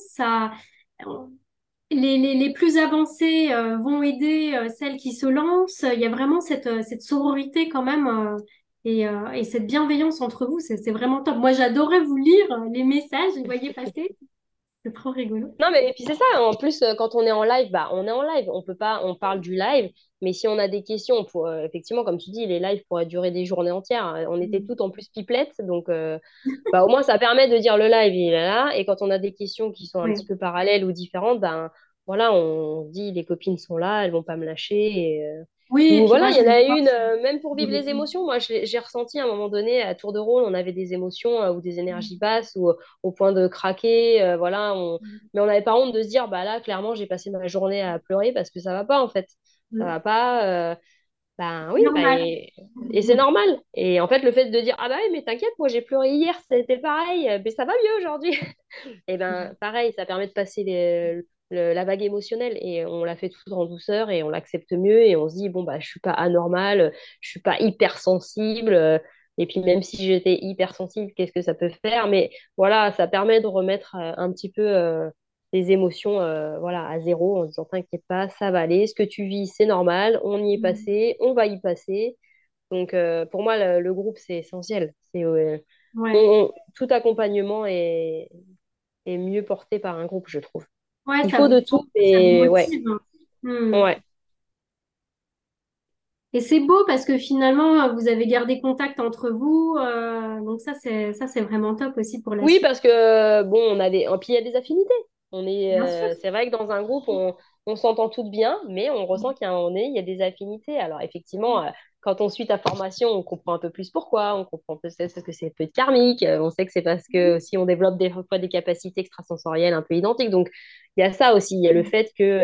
[SPEAKER 1] Les plus avancées vont aider celles qui se lancent. Il y a vraiment cette sororité quand même et cette bienveillance entre vous. C'est vraiment top. Moi, j'adorais vous lire les messages, vous voyez passer. C'est trop rigolo.
[SPEAKER 2] Non, mais et puis c'est ça. En plus, quand on est en live, bah, on est en live. On peut pas, on parle du live. Mais si on a des questions, pour, effectivement, comme tu dis, les lives pourraient durer des journées entières. On était
[SPEAKER 1] Mm.
[SPEAKER 2] toutes en plus pipelettes. Donc, bah, au moins, ça permet de dire le live, il est là. Et quand on a des questions qui sont un petit
[SPEAKER 1] Ouais.
[SPEAKER 2] peu parallèles ou différentes, ben, voilà, on dit les copines sont là, elles vont pas me lâcher.
[SPEAKER 1] Oui, et
[SPEAKER 2] Ou
[SPEAKER 1] puis
[SPEAKER 2] voilà,
[SPEAKER 1] moi,
[SPEAKER 2] il y en
[SPEAKER 1] j'aime
[SPEAKER 2] a
[SPEAKER 1] voir
[SPEAKER 2] une,
[SPEAKER 1] ça.
[SPEAKER 2] même pour vivre les émotions. Moi, j'ai ressenti à un moment donné, à tour de rôle, on avait des émotions ou des énergies basses ou au point de craquer. Voilà, mais on n'avait pas honte de se dire, bah là, clairement, j'ai passé ma journée à pleurer parce que ça va pas, en fait. Ça
[SPEAKER 1] Mm.
[SPEAKER 2] va pas. Ben oui, bah,
[SPEAKER 1] Normal.
[SPEAKER 2] et c'est normal. Et en fait, le fait de dire, ah bah oui, mais t'inquiète, moi j'ai pleuré hier, c'était pareil, mais ça va mieux aujourd'hui. Et ben pareil, ça permet de passer la vague émotionnelle et on la fait tout en douceur et on l'accepte mieux et on se dit, bon, bah je suis pas anormale, je suis pas hypersensible. Et puis même si j'étais hypersensible, qu'est-ce que ça peut faire? Mais voilà, ça permet de remettre un petit peu les émotions voilà, à zéro en disant, t'inquiète pas, ça va aller, ce que tu vis, c'est normal, on y est
[SPEAKER 1] Mm.
[SPEAKER 2] passé, on va y passer. Donc, pour moi, le groupe, c'est essentiel.
[SPEAKER 1] Ouais.
[SPEAKER 2] Tout accompagnement est mieux porté par un groupe, je trouve.
[SPEAKER 1] Ouais,
[SPEAKER 2] Il faut de tout,
[SPEAKER 1] ça vous
[SPEAKER 2] mais ouais,
[SPEAKER 1] motive. Mm.
[SPEAKER 2] ouais.
[SPEAKER 1] Et c'est beau parce que finalement, vous avez gardé contact entre vous. Donc ça, c'est vraiment top aussi pour la
[SPEAKER 2] Oui,
[SPEAKER 1] suite.
[SPEAKER 2] parce que bon, on a des, et puis il y a des affinités.
[SPEAKER 1] Bien sûr.
[SPEAKER 2] C'est vrai que dans un groupe, on s'entend toutes bien, mais on ressent qu'à un moment donné, il y a des affinités. Alors effectivement, quand on suit ta formation, on comprend un peu plus pourquoi, on comprend peut-être que c'est peut-être karmique, on sait que c'est parce que si on développe des fois des capacités extrasensorielles un peu identiques. Donc il y a ça aussi, il y a le fait que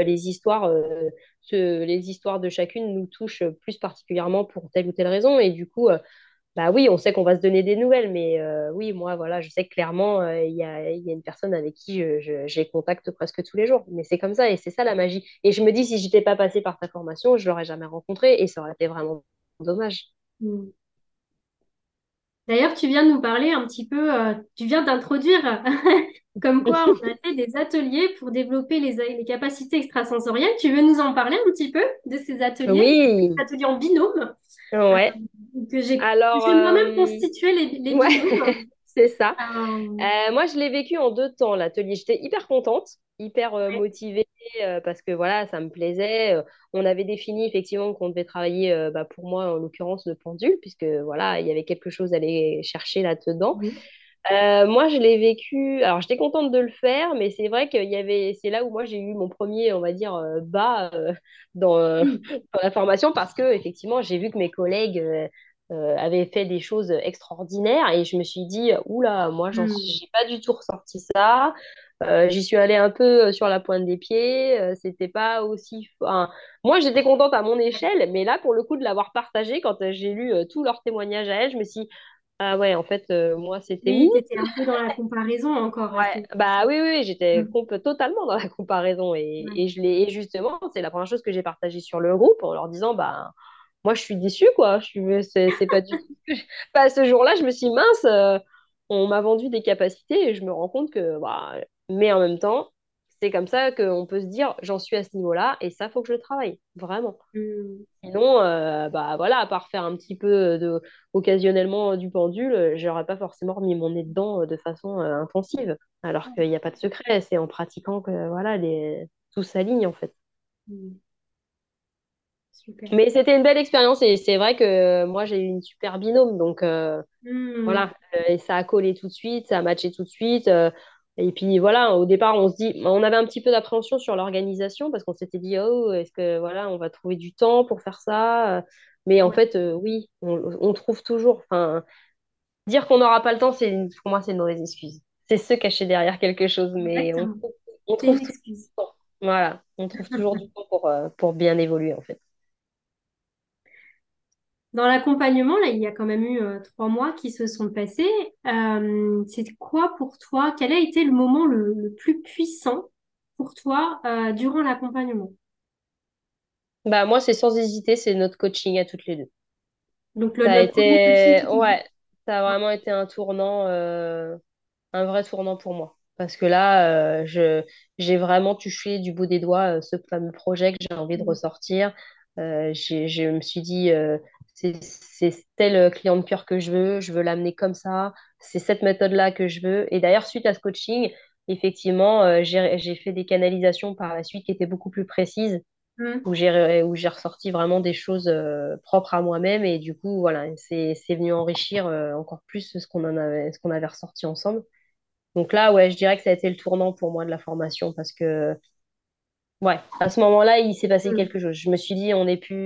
[SPEAKER 2] les histoires de chacune nous touchent plus particulièrement pour telle ou telle raison, et du coup. Bah oui, on sait qu'on va se donner des nouvelles, mais oui, moi, voilà, je sais que clairement, il y a une personne avec qui j'ai contact presque tous les jours. Mais c'est comme ça, et c'est ça la magie. Et je me dis, si j'étais pas passée par ta formation, je l'aurais jamais rencontré, et ça aurait été vraiment dommage.
[SPEAKER 1] Mm. D'ailleurs, tu viens de nous parler un petit peu, tu viens d'introduire comme quoi on a fait des ateliers pour développer les capacités extrasensorielles. Tu veux nous en parler un petit peu de ces ateliers,
[SPEAKER 2] Oui,
[SPEAKER 1] ateliers en binôme, euh,
[SPEAKER 2] ouais.
[SPEAKER 1] que
[SPEAKER 2] Alors,
[SPEAKER 1] j'ai moi-même constitué les
[SPEAKER 2] ouais,
[SPEAKER 1] binômes.
[SPEAKER 2] c'est ça.
[SPEAKER 1] Euh,
[SPEAKER 2] Moi, je l'ai vécu en 2 temps, l'atelier. J'étais hyper contente, hyper
[SPEAKER 1] ouais.
[SPEAKER 2] motivée parce que voilà, ça me plaisait. On avait défini effectivement qu'on devait travailler, bah, pour moi, en l'occurrence, le pendule, puisque voilà, il y avait quelque chose à aller chercher là-dedans.
[SPEAKER 1] Oui.
[SPEAKER 2] Moi, je l'ai vécu. Alors, j'étais contente de le faire, mais c'est vrai qu'il y avait. C'est là où moi j'ai eu mon premier, on va dire, bas dans,
[SPEAKER 1] Oui.
[SPEAKER 2] dans la formation parce que effectivement, j'ai vu que mes collègues avaient fait des choses extraordinaires et je me suis dit, oula, moi,
[SPEAKER 1] Hmm.
[SPEAKER 2] j'ai pas du tout ressorti ça. J'y suis allée un peu sur la pointe des pieds. C'était pas aussi. Enfin, moi, j'étais contente à mon échelle, mais là, pour le coup, de l'avoir partagé, quand j'ai lu tous leurs témoignages à elles, je me suis dit, Ah ouais, en fait, moi, c'était
[SPEAKER 1] Oui,
[SPEAKER 2] mini.
[SPEAKER 1] tu étais un peu dans la comparaison encore à
[SPEAKER 2] Ouais,
[SPEAKER 1] cette...
[SPEAKER 2] bah oui, oui, oui, j'étais
[SPEAKER 1] Mm.
[SPEAKER 2] totalement dans la comparaison
[SPEAKER 1] Ouais.
[SPEAKER 2] et justement, c'est la première chose que j'ai partagée sur le groupe en leur disant, bah, moi, je suis déçue, quoi. C'est pas du tout. Bah, ce jour-là, je me suis dit, mince, on m'a vendu des capacités et je me rends compte que, bah, mais en même temps, c'est comme ça qu'on peut se dire, j'en suis à ce niveau-là et ça, faut que je le travaille, vraiment.
[SPEAKER 1] Mm.
[SPEAKER 2] Sinon, bah voilà, à part faire un petit peu occasionnellement du pendule, j'aurais pas forcément remis mon nez dedans de façon intensive. Alors qu'il n'y a pas de secret, c'est en pratiquant que voilà, tout s'aligne en fait.
[SPEAKER 1] Mm. Super.
[SPEAKER 2] Mais c'était une belle expérience et c'est vrai que moi j'ai eu une super binôme, donc
[SPEAKER 1] Mm.
[SPEAKER 2] voilà, et ça a collé tout de suite, ça a matché tout de suite. Et puis voilà, au départ, on avait un petit peu d'appréhension sur l'organisation parce qu'on s'était dit, oh, est-ce que voilà, on va trouver du temps pour faire ça? Mais en
[SPEAKER 1] Ouais,
[SPEAKER 2] fait, oui, on trouve toujours. Enfin, dire qu'on n'aura pas le temps, pour moi, c'est une mauvaise excuse. C'est se cacher derrière quelque chose, mais
[SPEAKER 1] exactement.
[SPEAKER 2] on
[SPEAKER 1] C'est une
[SPEAKER 2] trouve toujours
[SPEAKER 1] excuse.
[SPEAKER 2] du temps. Voilà, on trouve toujours du temps pour bien évoluer en fait.
[SPEAKER 1] Dans l'accompagnement, là, il y a quand même eu 3 mois qui se sont passés. C'est quoi pour toi? Quel a été le moment le plus puissant pour toi durant l'accompagnement?
[SPEAKER 2] Bah moi, c'est sans hésiter, c'est notre coaching à toutes les deux.
[SPEAKER 1] Donc,
[SPEAKER 2] Ça a
[SPEAKER 1] notre premier coaching
[SPEAKER 2] été,
[SPEAKER 1] qui était...
[SPEAKER 2] ouais, ça a vraiment été un tournant, un vrai tournant pour moi. Parce que là, j'ai vraiment touché du bout des doigts ce fameux projet que j'ai envie de ressortir. Je me suis dit, c'est tel client de cœur que je veux l'amener comme ça, c'est cette méthode-là que je veux. Et d'ailleurs, suite à ce coaching, effectivement, j'ai fait des canalisations par la suite qui étaient beaucoup plus précises
[SPEAKER 1] Mm.
[SPEAKER 2] où j'ai ressorti vraiment des choses propres à moi-même et du coup voilà c'est venu enrichir encore plus ce qu'on avait ressorti ensemble. Donc là ouais je dirais que ça a été le tournant pour moi de la formation parce que ouais à ce moment-là il s'est passé
[SPEAKER 1] Mm.
[SPEAKER 2] quelque chose. Je me suis dit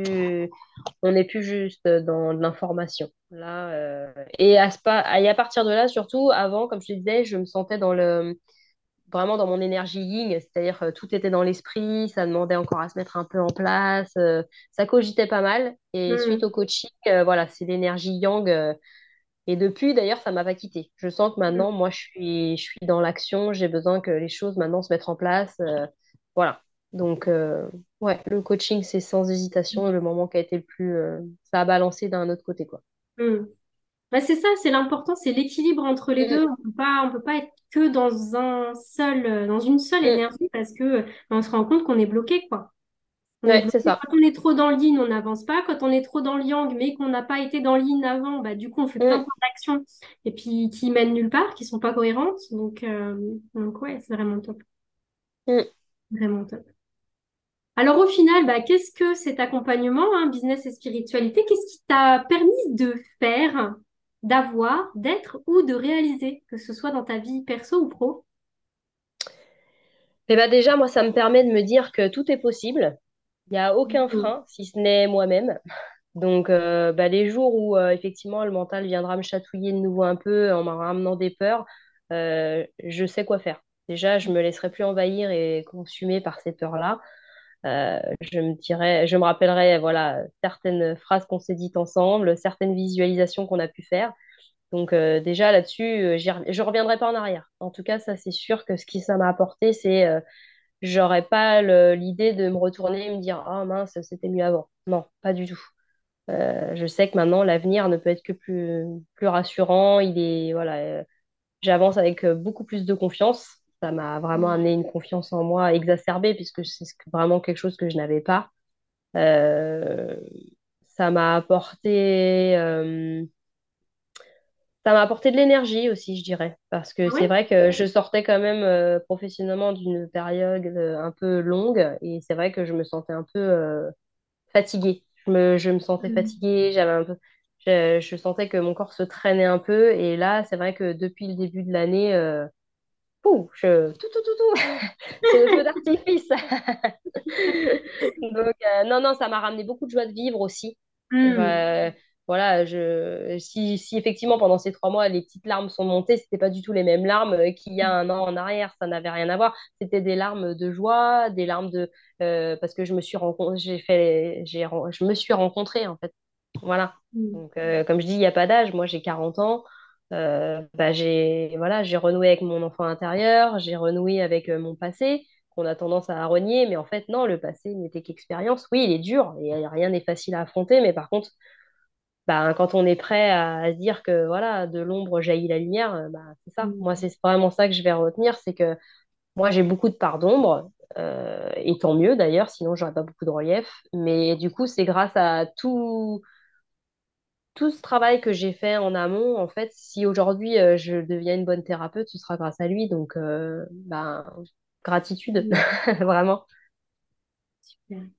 [SPEAKER 2] on n'est plus juste dans de l'information là et à partir de là surtout avant comme je te disais je me sentais dans le vraiment dans mon énergie yin, c'est-à-dire tout était dans l'esprit, ça demandait encore à se mettre un peu en place, ça cogitait pas mal. Et suite
[SPEAKER 1] Mm.
[SPEAKER 2] au coaching, voilà, c'est l'énergie yang. Et depuis, d'ailleurs, ça m'a pas quitté. Je sens que
[SPEAKER 1] Mm.
[SPEAKER 2] maintenant, moi, je suis dans l'action, j'ai besoin que les choses maintenant se mettent en place. Voilà. Donc, ouais, le coaching, c'est sans hésitation le moment qui a été le plus. Ça a balancé d'un autre côté, quoi.
[SPEAKER 1] Mm. Bah, c'est ça, c'est l'important, c'est l'équilibre entre les
[SPEAKER 2] Mm,
[SPEAKER 1] deux. On peut pas être que dans dans une seule
[SPEAKER 2] mm.
[SPEAKER 1] énergie parce que on se rend compte qu'on est bloqué, quoi. On est
[SPEAKER 2] Ouais, c'est
[SPEAKER 1] bloqué.
[SPEAKER 2] ça.
[SPEAKER 1] Quand on est trop dans le yin, on n'avance pas. Quand on est trop dans le yang, mais qu'on n'a pas été dans le yin avant, bah, du coup, on fait plein
[SPEAKER 2] Mm,
[SPEAKER 1] plein d'actions et puis qui mènent nulle part, qui sont pas cohérentes. Donc ouais, c'est vraiment top.
[SPEAKER 2] mm.
[SPEAKER 1] Vraiment top. Alors au final, bah, qu'est-ce que cet accompagnement, hein, business et spiritualité, qu'est-ce qui t'a permis de faire, d'avoir, d'être ou de réaliser, que ce soit dans ta vie perso ou pro?
[SPEAKER 2] Et bah déjà, moi, ça me permet de me dire que tout est possible. Il n'y a aucun
[SPEAKER 1] Mhm.
[SPEAKER 2] frein, si ce n'est moi-même. Donc, bah, les jours où effectivement le mental viendra me chatouiller de nouveau un peu en me ramenant des peurs, je sais quoi faire. Déjà, je me laisserai plus envahir et consumer par ces peurs-là. Je me rappellerai voilà certaines phrases qu'on s'est dites ensemble, certaines visualisations qu'on a pu faire. Donc déjà là-dessus, je reviendrai pas en arrière. En tout cas, ça c'est sûr que ce qui ça m'a apporté, c'est j'aurais pas l'idée de me retourner et me dire ah mince c'était mieux avant. Non, pas du tout. Je sais que maintenant l'avenir ne peut être que plus rassurant. Il est voilà, j'avance avec beaucoup plus de confiance. Ça m'a vraiment amené une confiance en moi exacerbée puisque vraiment quelque chose que je n'avais pas. Euh, ça m'a apporté ça m'a apporté de l'énergie aussi, je dirais, parce que c'est
[SPEAKER 1] Ouais.
[SPEAKER 2] vrai que je sortais quand même professionnellement d'une période un peu longue et c'est vrai que je me sentais un peu fatiguée. Je me sentais
[SPEAKER 1] Mhm.
[SPEAKER 2] fatiguée, je sentais que mon corps se traînait un peu et là, c'est vrai que depuis le début de l'année, tout, c'est le feu d'artifice. Donc, non, non, ça m'a ramené beaucoup de joie de vivre aussi.
[SPEAKER 1] Mhm.
[SPEAKER 2] Euh, voilà, si effectivement pendant ces 3 mois, les petites larmes sont montées, c'était pas du tout les mêmes larmes qu'il y a un an en arrière, ça n'avait rien à voir. C'était des larmes de joie, des larmes parce que je me suis rencontrée en fait. Voilà.
[SPEAKER 1] Mm.
[SPEAKER 2] Donc, comme je dis, il n'y a pas d'âge. Moi, j'ai 40 ans. Bah, voilà, j'ai renoué avec mon enfant intérieur, j'ai renoué avec mon passé, qu'on a tendance à renier, mais en fait, non, le passé n'était qu'expérience. Oui, il est dur et rien n'est facile à affronter, mais par contre, bah, quand on est prêt à se dire que voilà, de l'ombre jaillit la lumière, bah, c'est ça. Moi,
[SPEAKER 1] Mm.
[SPEAKER 2] c'est vraiment ça que je vais retenir, c'est que moi, j'ai beaucoup de parts d'ombre, et tant mieux d'ailleurs, sinon j'aurais pas beaucoup de relief. Mais du coup, c'est grâce à tout ce travail que j'ai fait en amont, en fait, si aujourd'hui je deviens une bonne thérapeute, ce sera grâce à lui. Donc, ben, gratitude,
[SPEAKER 1] Mm.
[SPEAKER 2] vraiment.
[SPEAKER 1] Super.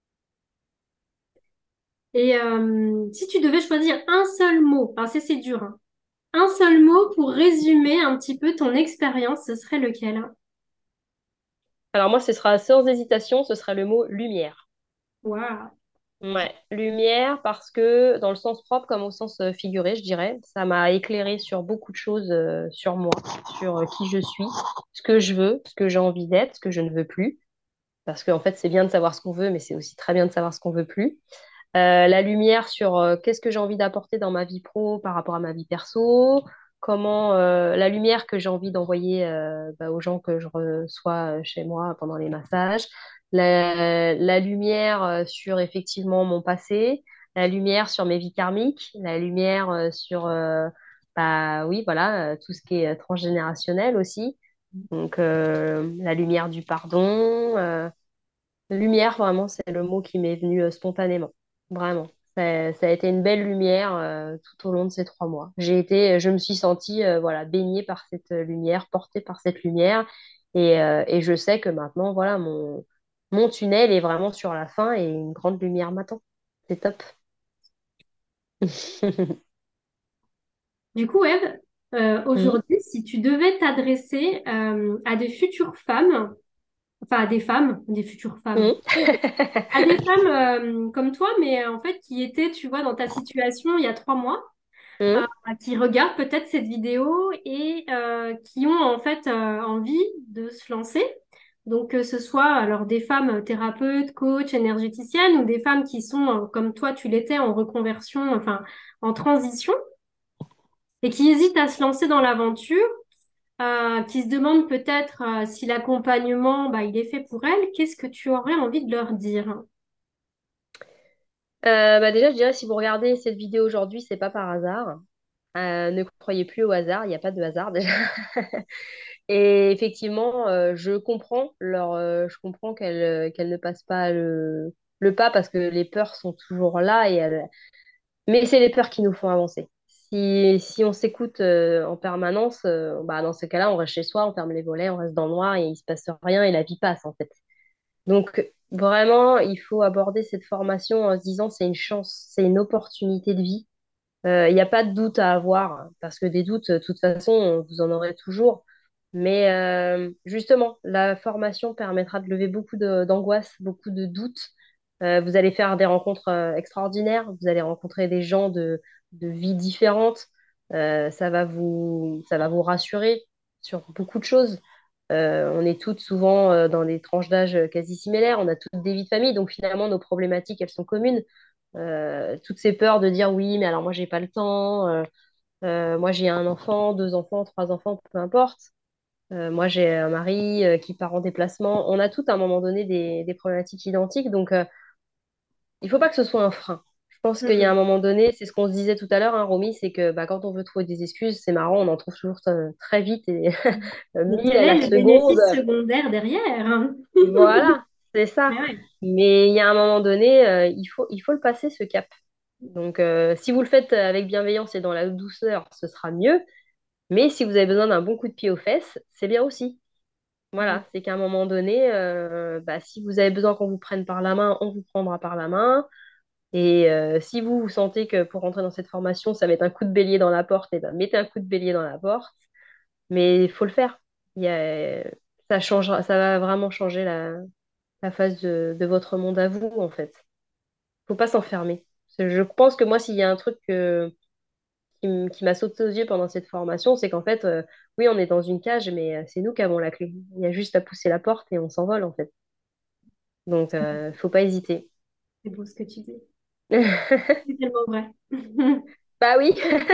[SPEAKER 1] Et si tu devais choisir un seul mot, alors c'est dur, hein, un seul mot pour résumer un petit peu ton expérience, ce serait lequel? Hein?
[SPEAKER 2] Alors moi, ce sera sans hésitation, ce sera le mot lumière.
[SPEAKER 1] Waouh.
[SPEAKER 2] Ouais, lumière parce que dans le sens propre comme au sens figuré, je dirais, ça m'a éclairé sur beaucoup de choses sur moi, sur qui je suis, ce que je veux, ce que j'ai envie d'être, ce que je ne veux plus. Parce qu'en fait, c'est bien de savoir ce qu'on veut, mais c'est aussi très bien de savoir ce qu'on veut plus. La lumière sur qu'est-ce que j'ai envie d'apporter dans ma vie pro par rapport à ma vie perso, comment la lumière que j'ai envie d'envoyer bah, aux gens que je reçois chez moi pendant les massages, la lumière sur effectivement mon passé, la lumière sur mes vies karmiques, la lumière sur bah oui voilà tout ce qui est transgénérationnel aussi. Donc la lumière du pardon. Lumière, vraiment, c'est le mot qui m'est venu spontanément. Vraiment. Ça a été une belle lumière tout au long de ces 3 mois. Je me suis sentie voilà, baignée par cette lumière, portée par cette lumière. Et je sais que maintenant, voilà, mon tunnel est vraiment sur la fin et une grande lumière m'attend. C'est top.
[SPEAKER 1] Du coup, Eve,
[SPEAKER 2] Mhm.
[SPEAKER 1] aujourd'hui, si tu devais t'adresser à des futures femmes, enfin à des femmes, des futures femmes,
[SPEAKER 2] Mhm.
[SPEAKER 1] à des femmes comme toi, mais en fait qui étaient, tu vois, dans ta situation il y a 3 mois, euh,
[SPEAKER 2] Mhm.
[SPEAKER 1] qui regardent peut-être cette vidéo et qui ont en fait envie de se lancer. Donc, que ce soit alors des femmes thérapeutes, coachs, énergéticiennes ou des femmes qui sont, comme toi, tu l'étais, en reconversion, enfin, en transition et qui hésitent à se lancer dans l'aventure, qui se demandent peut-être si l'accompagnement, bah, il est fait pour elles, qu'est-ce que tu aurais envie de leur dire?
[SPEAKER 2] Bah déjà, je dirais, si vous regardez cette vidéo aujourd'hui, c'est pas par hasard. Ne croyez plus au hasard, il n'y a pas de hasard déjà. Et effectivement, je comprends qu'elles ne passent pas le pas parce que les peurs sont toujours là mais c'est les peurs qui nous font avancer. Si on s'écoute en permanence, bah, dans ce cas-là, on reste chez soi, on ferme les volets, on reste dans le noir et il se passe rien et la vie passe en fait. Donc vraiment, il faut aborder cette formation en se disant c'est une chance, c'est une opportunité de vie. Il n'y a pas de doute à avoir, parce que des doutes, de toute façon, vous en aurez toujours. Mais justement, la formation permettra de lever beaucoup d'angoisse, beaucoup de doutes. Vous allez faire des rencontres extraordinaires, vous allez rencontrer des gens de vies différentes. Ça va vous rassurer sur beaucoup de choses. On est toutes souvent dans des tranches d'âge quasi similaires, on a toutes des vies de famille, donc finalement nos problématiques, elles sont communes. Toutes ces peurs de dire oui, mais alors moi j'ai pas le temps, moi j'ai un enfant, 2 enfants, 3 enfants, peu importe. Moi j'ai un mari qui part en déplacement. On a tout à un moment donné des problématiques identiques, donc il faut pas que ce soit un frein. Je pense qu'il y a un
[SPEAKER 1] Mm,
[SPEAKER 2] moment donné, c'est ce qu'on se disait tout à l'heure, hein, Romy, c'est que bah, quand on veut trouver des excuses, c'est marrant, on en trouve toujours très vite et
[SPEAKER 1] mm. Mais
[SPEAKER 2] 1000
[SPEAKER 1] quel
[SPEAKER 2] à
[SPEAKER 1] est
[SPEAKER 2] la
[SPEAKER 1] le
[SPEAKER 2] seconde.
[SPEAKER 1] bénéfice secondaire derrière? Hein?
[SPEAKER 2] Voilà, c'est ça.
[SPEAKER 1] Mais ouais.
[SPEAKER 2] Mais il y a un moment donné, il faut le passer, ce cap. Donc, si vous le faites avec bienveillance et dans la douceur, ce sera mieux. Mais si vous avez besoin d'un bon coup de pied aux fesses, c'est bien aussi.
[SPEAKER 1] Mm.
[SPEAKER 2] Voilà, c'est qu'à un moment donné, bah, si vous avez besoin qu'on vous prenne par la main, on vous prendra par la main. Et si vous sentez que pour rentrer dans cette formation, ça va être un coup de bélier dans la porte, et ben, mettez un coup de bélier dans la porte. Mais il faut le faire. Ça changera, ça va vraiment changer la face de votre monde à vous, en fait. Faut pas s'enfermer. Je pense que moi, s'il y a un truc qui m'a sauté aux yeux pendant cette formation, c'est qu'en fait, oui, on est dans une cage, mais c'est nous qui avons la clé. Il y a juste à pousser la porte et on s'envole, en fait. Donc, faut pas hésiter.
[SPEAKER 1] C'est beau ce que tu dis. C'est tellement vrai.
[SPEAKER 2] Bah oui.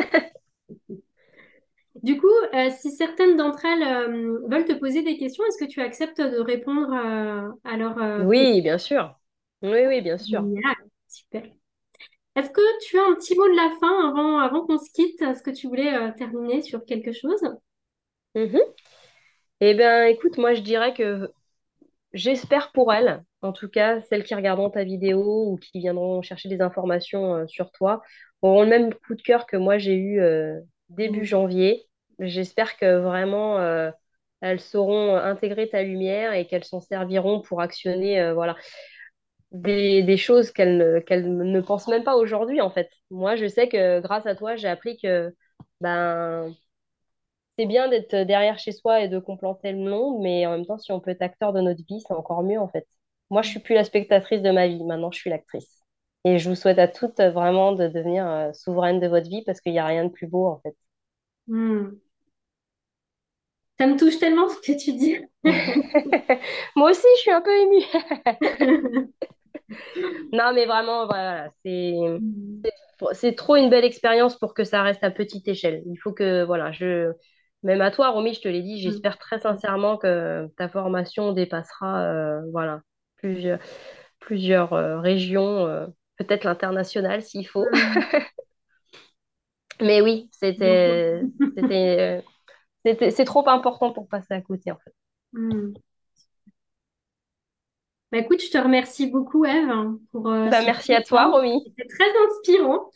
[SPEAKER 1] Du coup, si certaines d'entre elles veulent te poser des questions, est-ce que tu acceptes de répondre à leurs questions?
[SPEAKER 2] Oui, bien sûr. Oui, oui, bien sûr.
[SPEAKER 1] Génial, super. Est-ce que tu as un petit mot de la fin avant qu'on se quitte? Est-ce que tu voulais terminer sur quelque chose?
[SPEAKER 2] Mhm. Eh bien, écoute, moi, je dirais que j'espère pour elles, en tout cas, celles qui regarderont ta vidéo ou qui viendront chercher des informations sur toi, auront le même coup de cœur que moi j'ai eu début
[SPEAKER 1] Mm.
[SPEAKER 2] janvier. J'espère que vraiment elles sauront intégrer ta lumière et qu'elles s'en serviront pour actionner voilà, des choses qu'elles ne pensent même pas aujourd'hui, en fait. Moi, je sais que grâce à toi, j'ai appris que ben, c'est bien d'être derrière chez soi et de contempler le monde, mais en même temps, si on peut être acteur de notre vie, c'est encore mieux en fait. Moi, je suis plus la spectatrice de ma vie, maintenant je suis l'actrice. Et je vous souhaite à toutes vraiment de devenir souveraine de votre vie parce qu'il n'y a rien de plus beau en fait.
[SPEAKER 1] Mm. Ça me touche tellement ce que tu dis.
[SPEAKER 2] Moi aussi, je suis un peu émue. Non, mais vraiment, voilà,
[SPEAKER 1] Mm.
[SPEAKER 2] c'est trop une belle expérience pour que ça reste à petite échelle. Il faut que, voilà, même à toi, Romy, je te l'ai dit,
[SPEAKER 1] Mm.
[SPEAKER 2] j'espère très sincèrement que ta formation dépassera, voilà, plusieurs, plusieurs régions, peut-être l'international s'il faut.
[SPEAKER 1] Mm.
[SPEAKER 2] Mais oui,
[SPEAKER 1] Bientôt.
[SPEAKER 2] c'est trop important pour passer à côté, en fait.
[SPEAKER 1] Mm. Bah, écoute, je te remercie beaucoup, Eve, hein, pour
[SPEAKER 2] Bah,
[SPEAKER 1] ce
[SPEAKER 2] merci
[SPEAKER 1] petit
[SPEAKER 2] à toi,
[SPEAKER 1] échange.
[SPEAKER 2] Romy.
[SPEAKER 1] C'était très inspirant.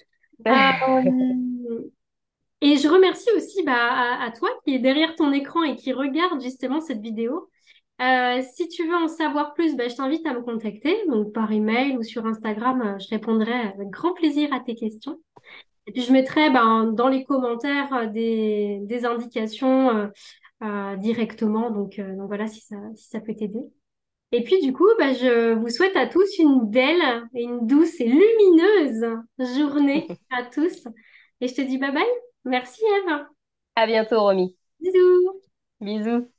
[SPEAKER 1] Et je remercie aussi à toi qui est derrière ton écran et qui regarde justement cette vidéo. Si tu veux en savoir plus, bah, je t'invite à me contacter, donc par email ou sur Instagram. Je répondrai avec grand plaisir à tes questions. Et puis je mettrai ben, dans les commentaires des indications directement. Donc voilà si ça peut t'aider. Et puis du coup, bah, je vous souhaite à tous une belle et une douce et lumineuse journée à tous. Et je te dis bye bye. Merci Eve.
[SPEAKER 2] À bientôt, Romy.
[SPEAKER 1] Bisous.
[SPEAKER 2] Bisous.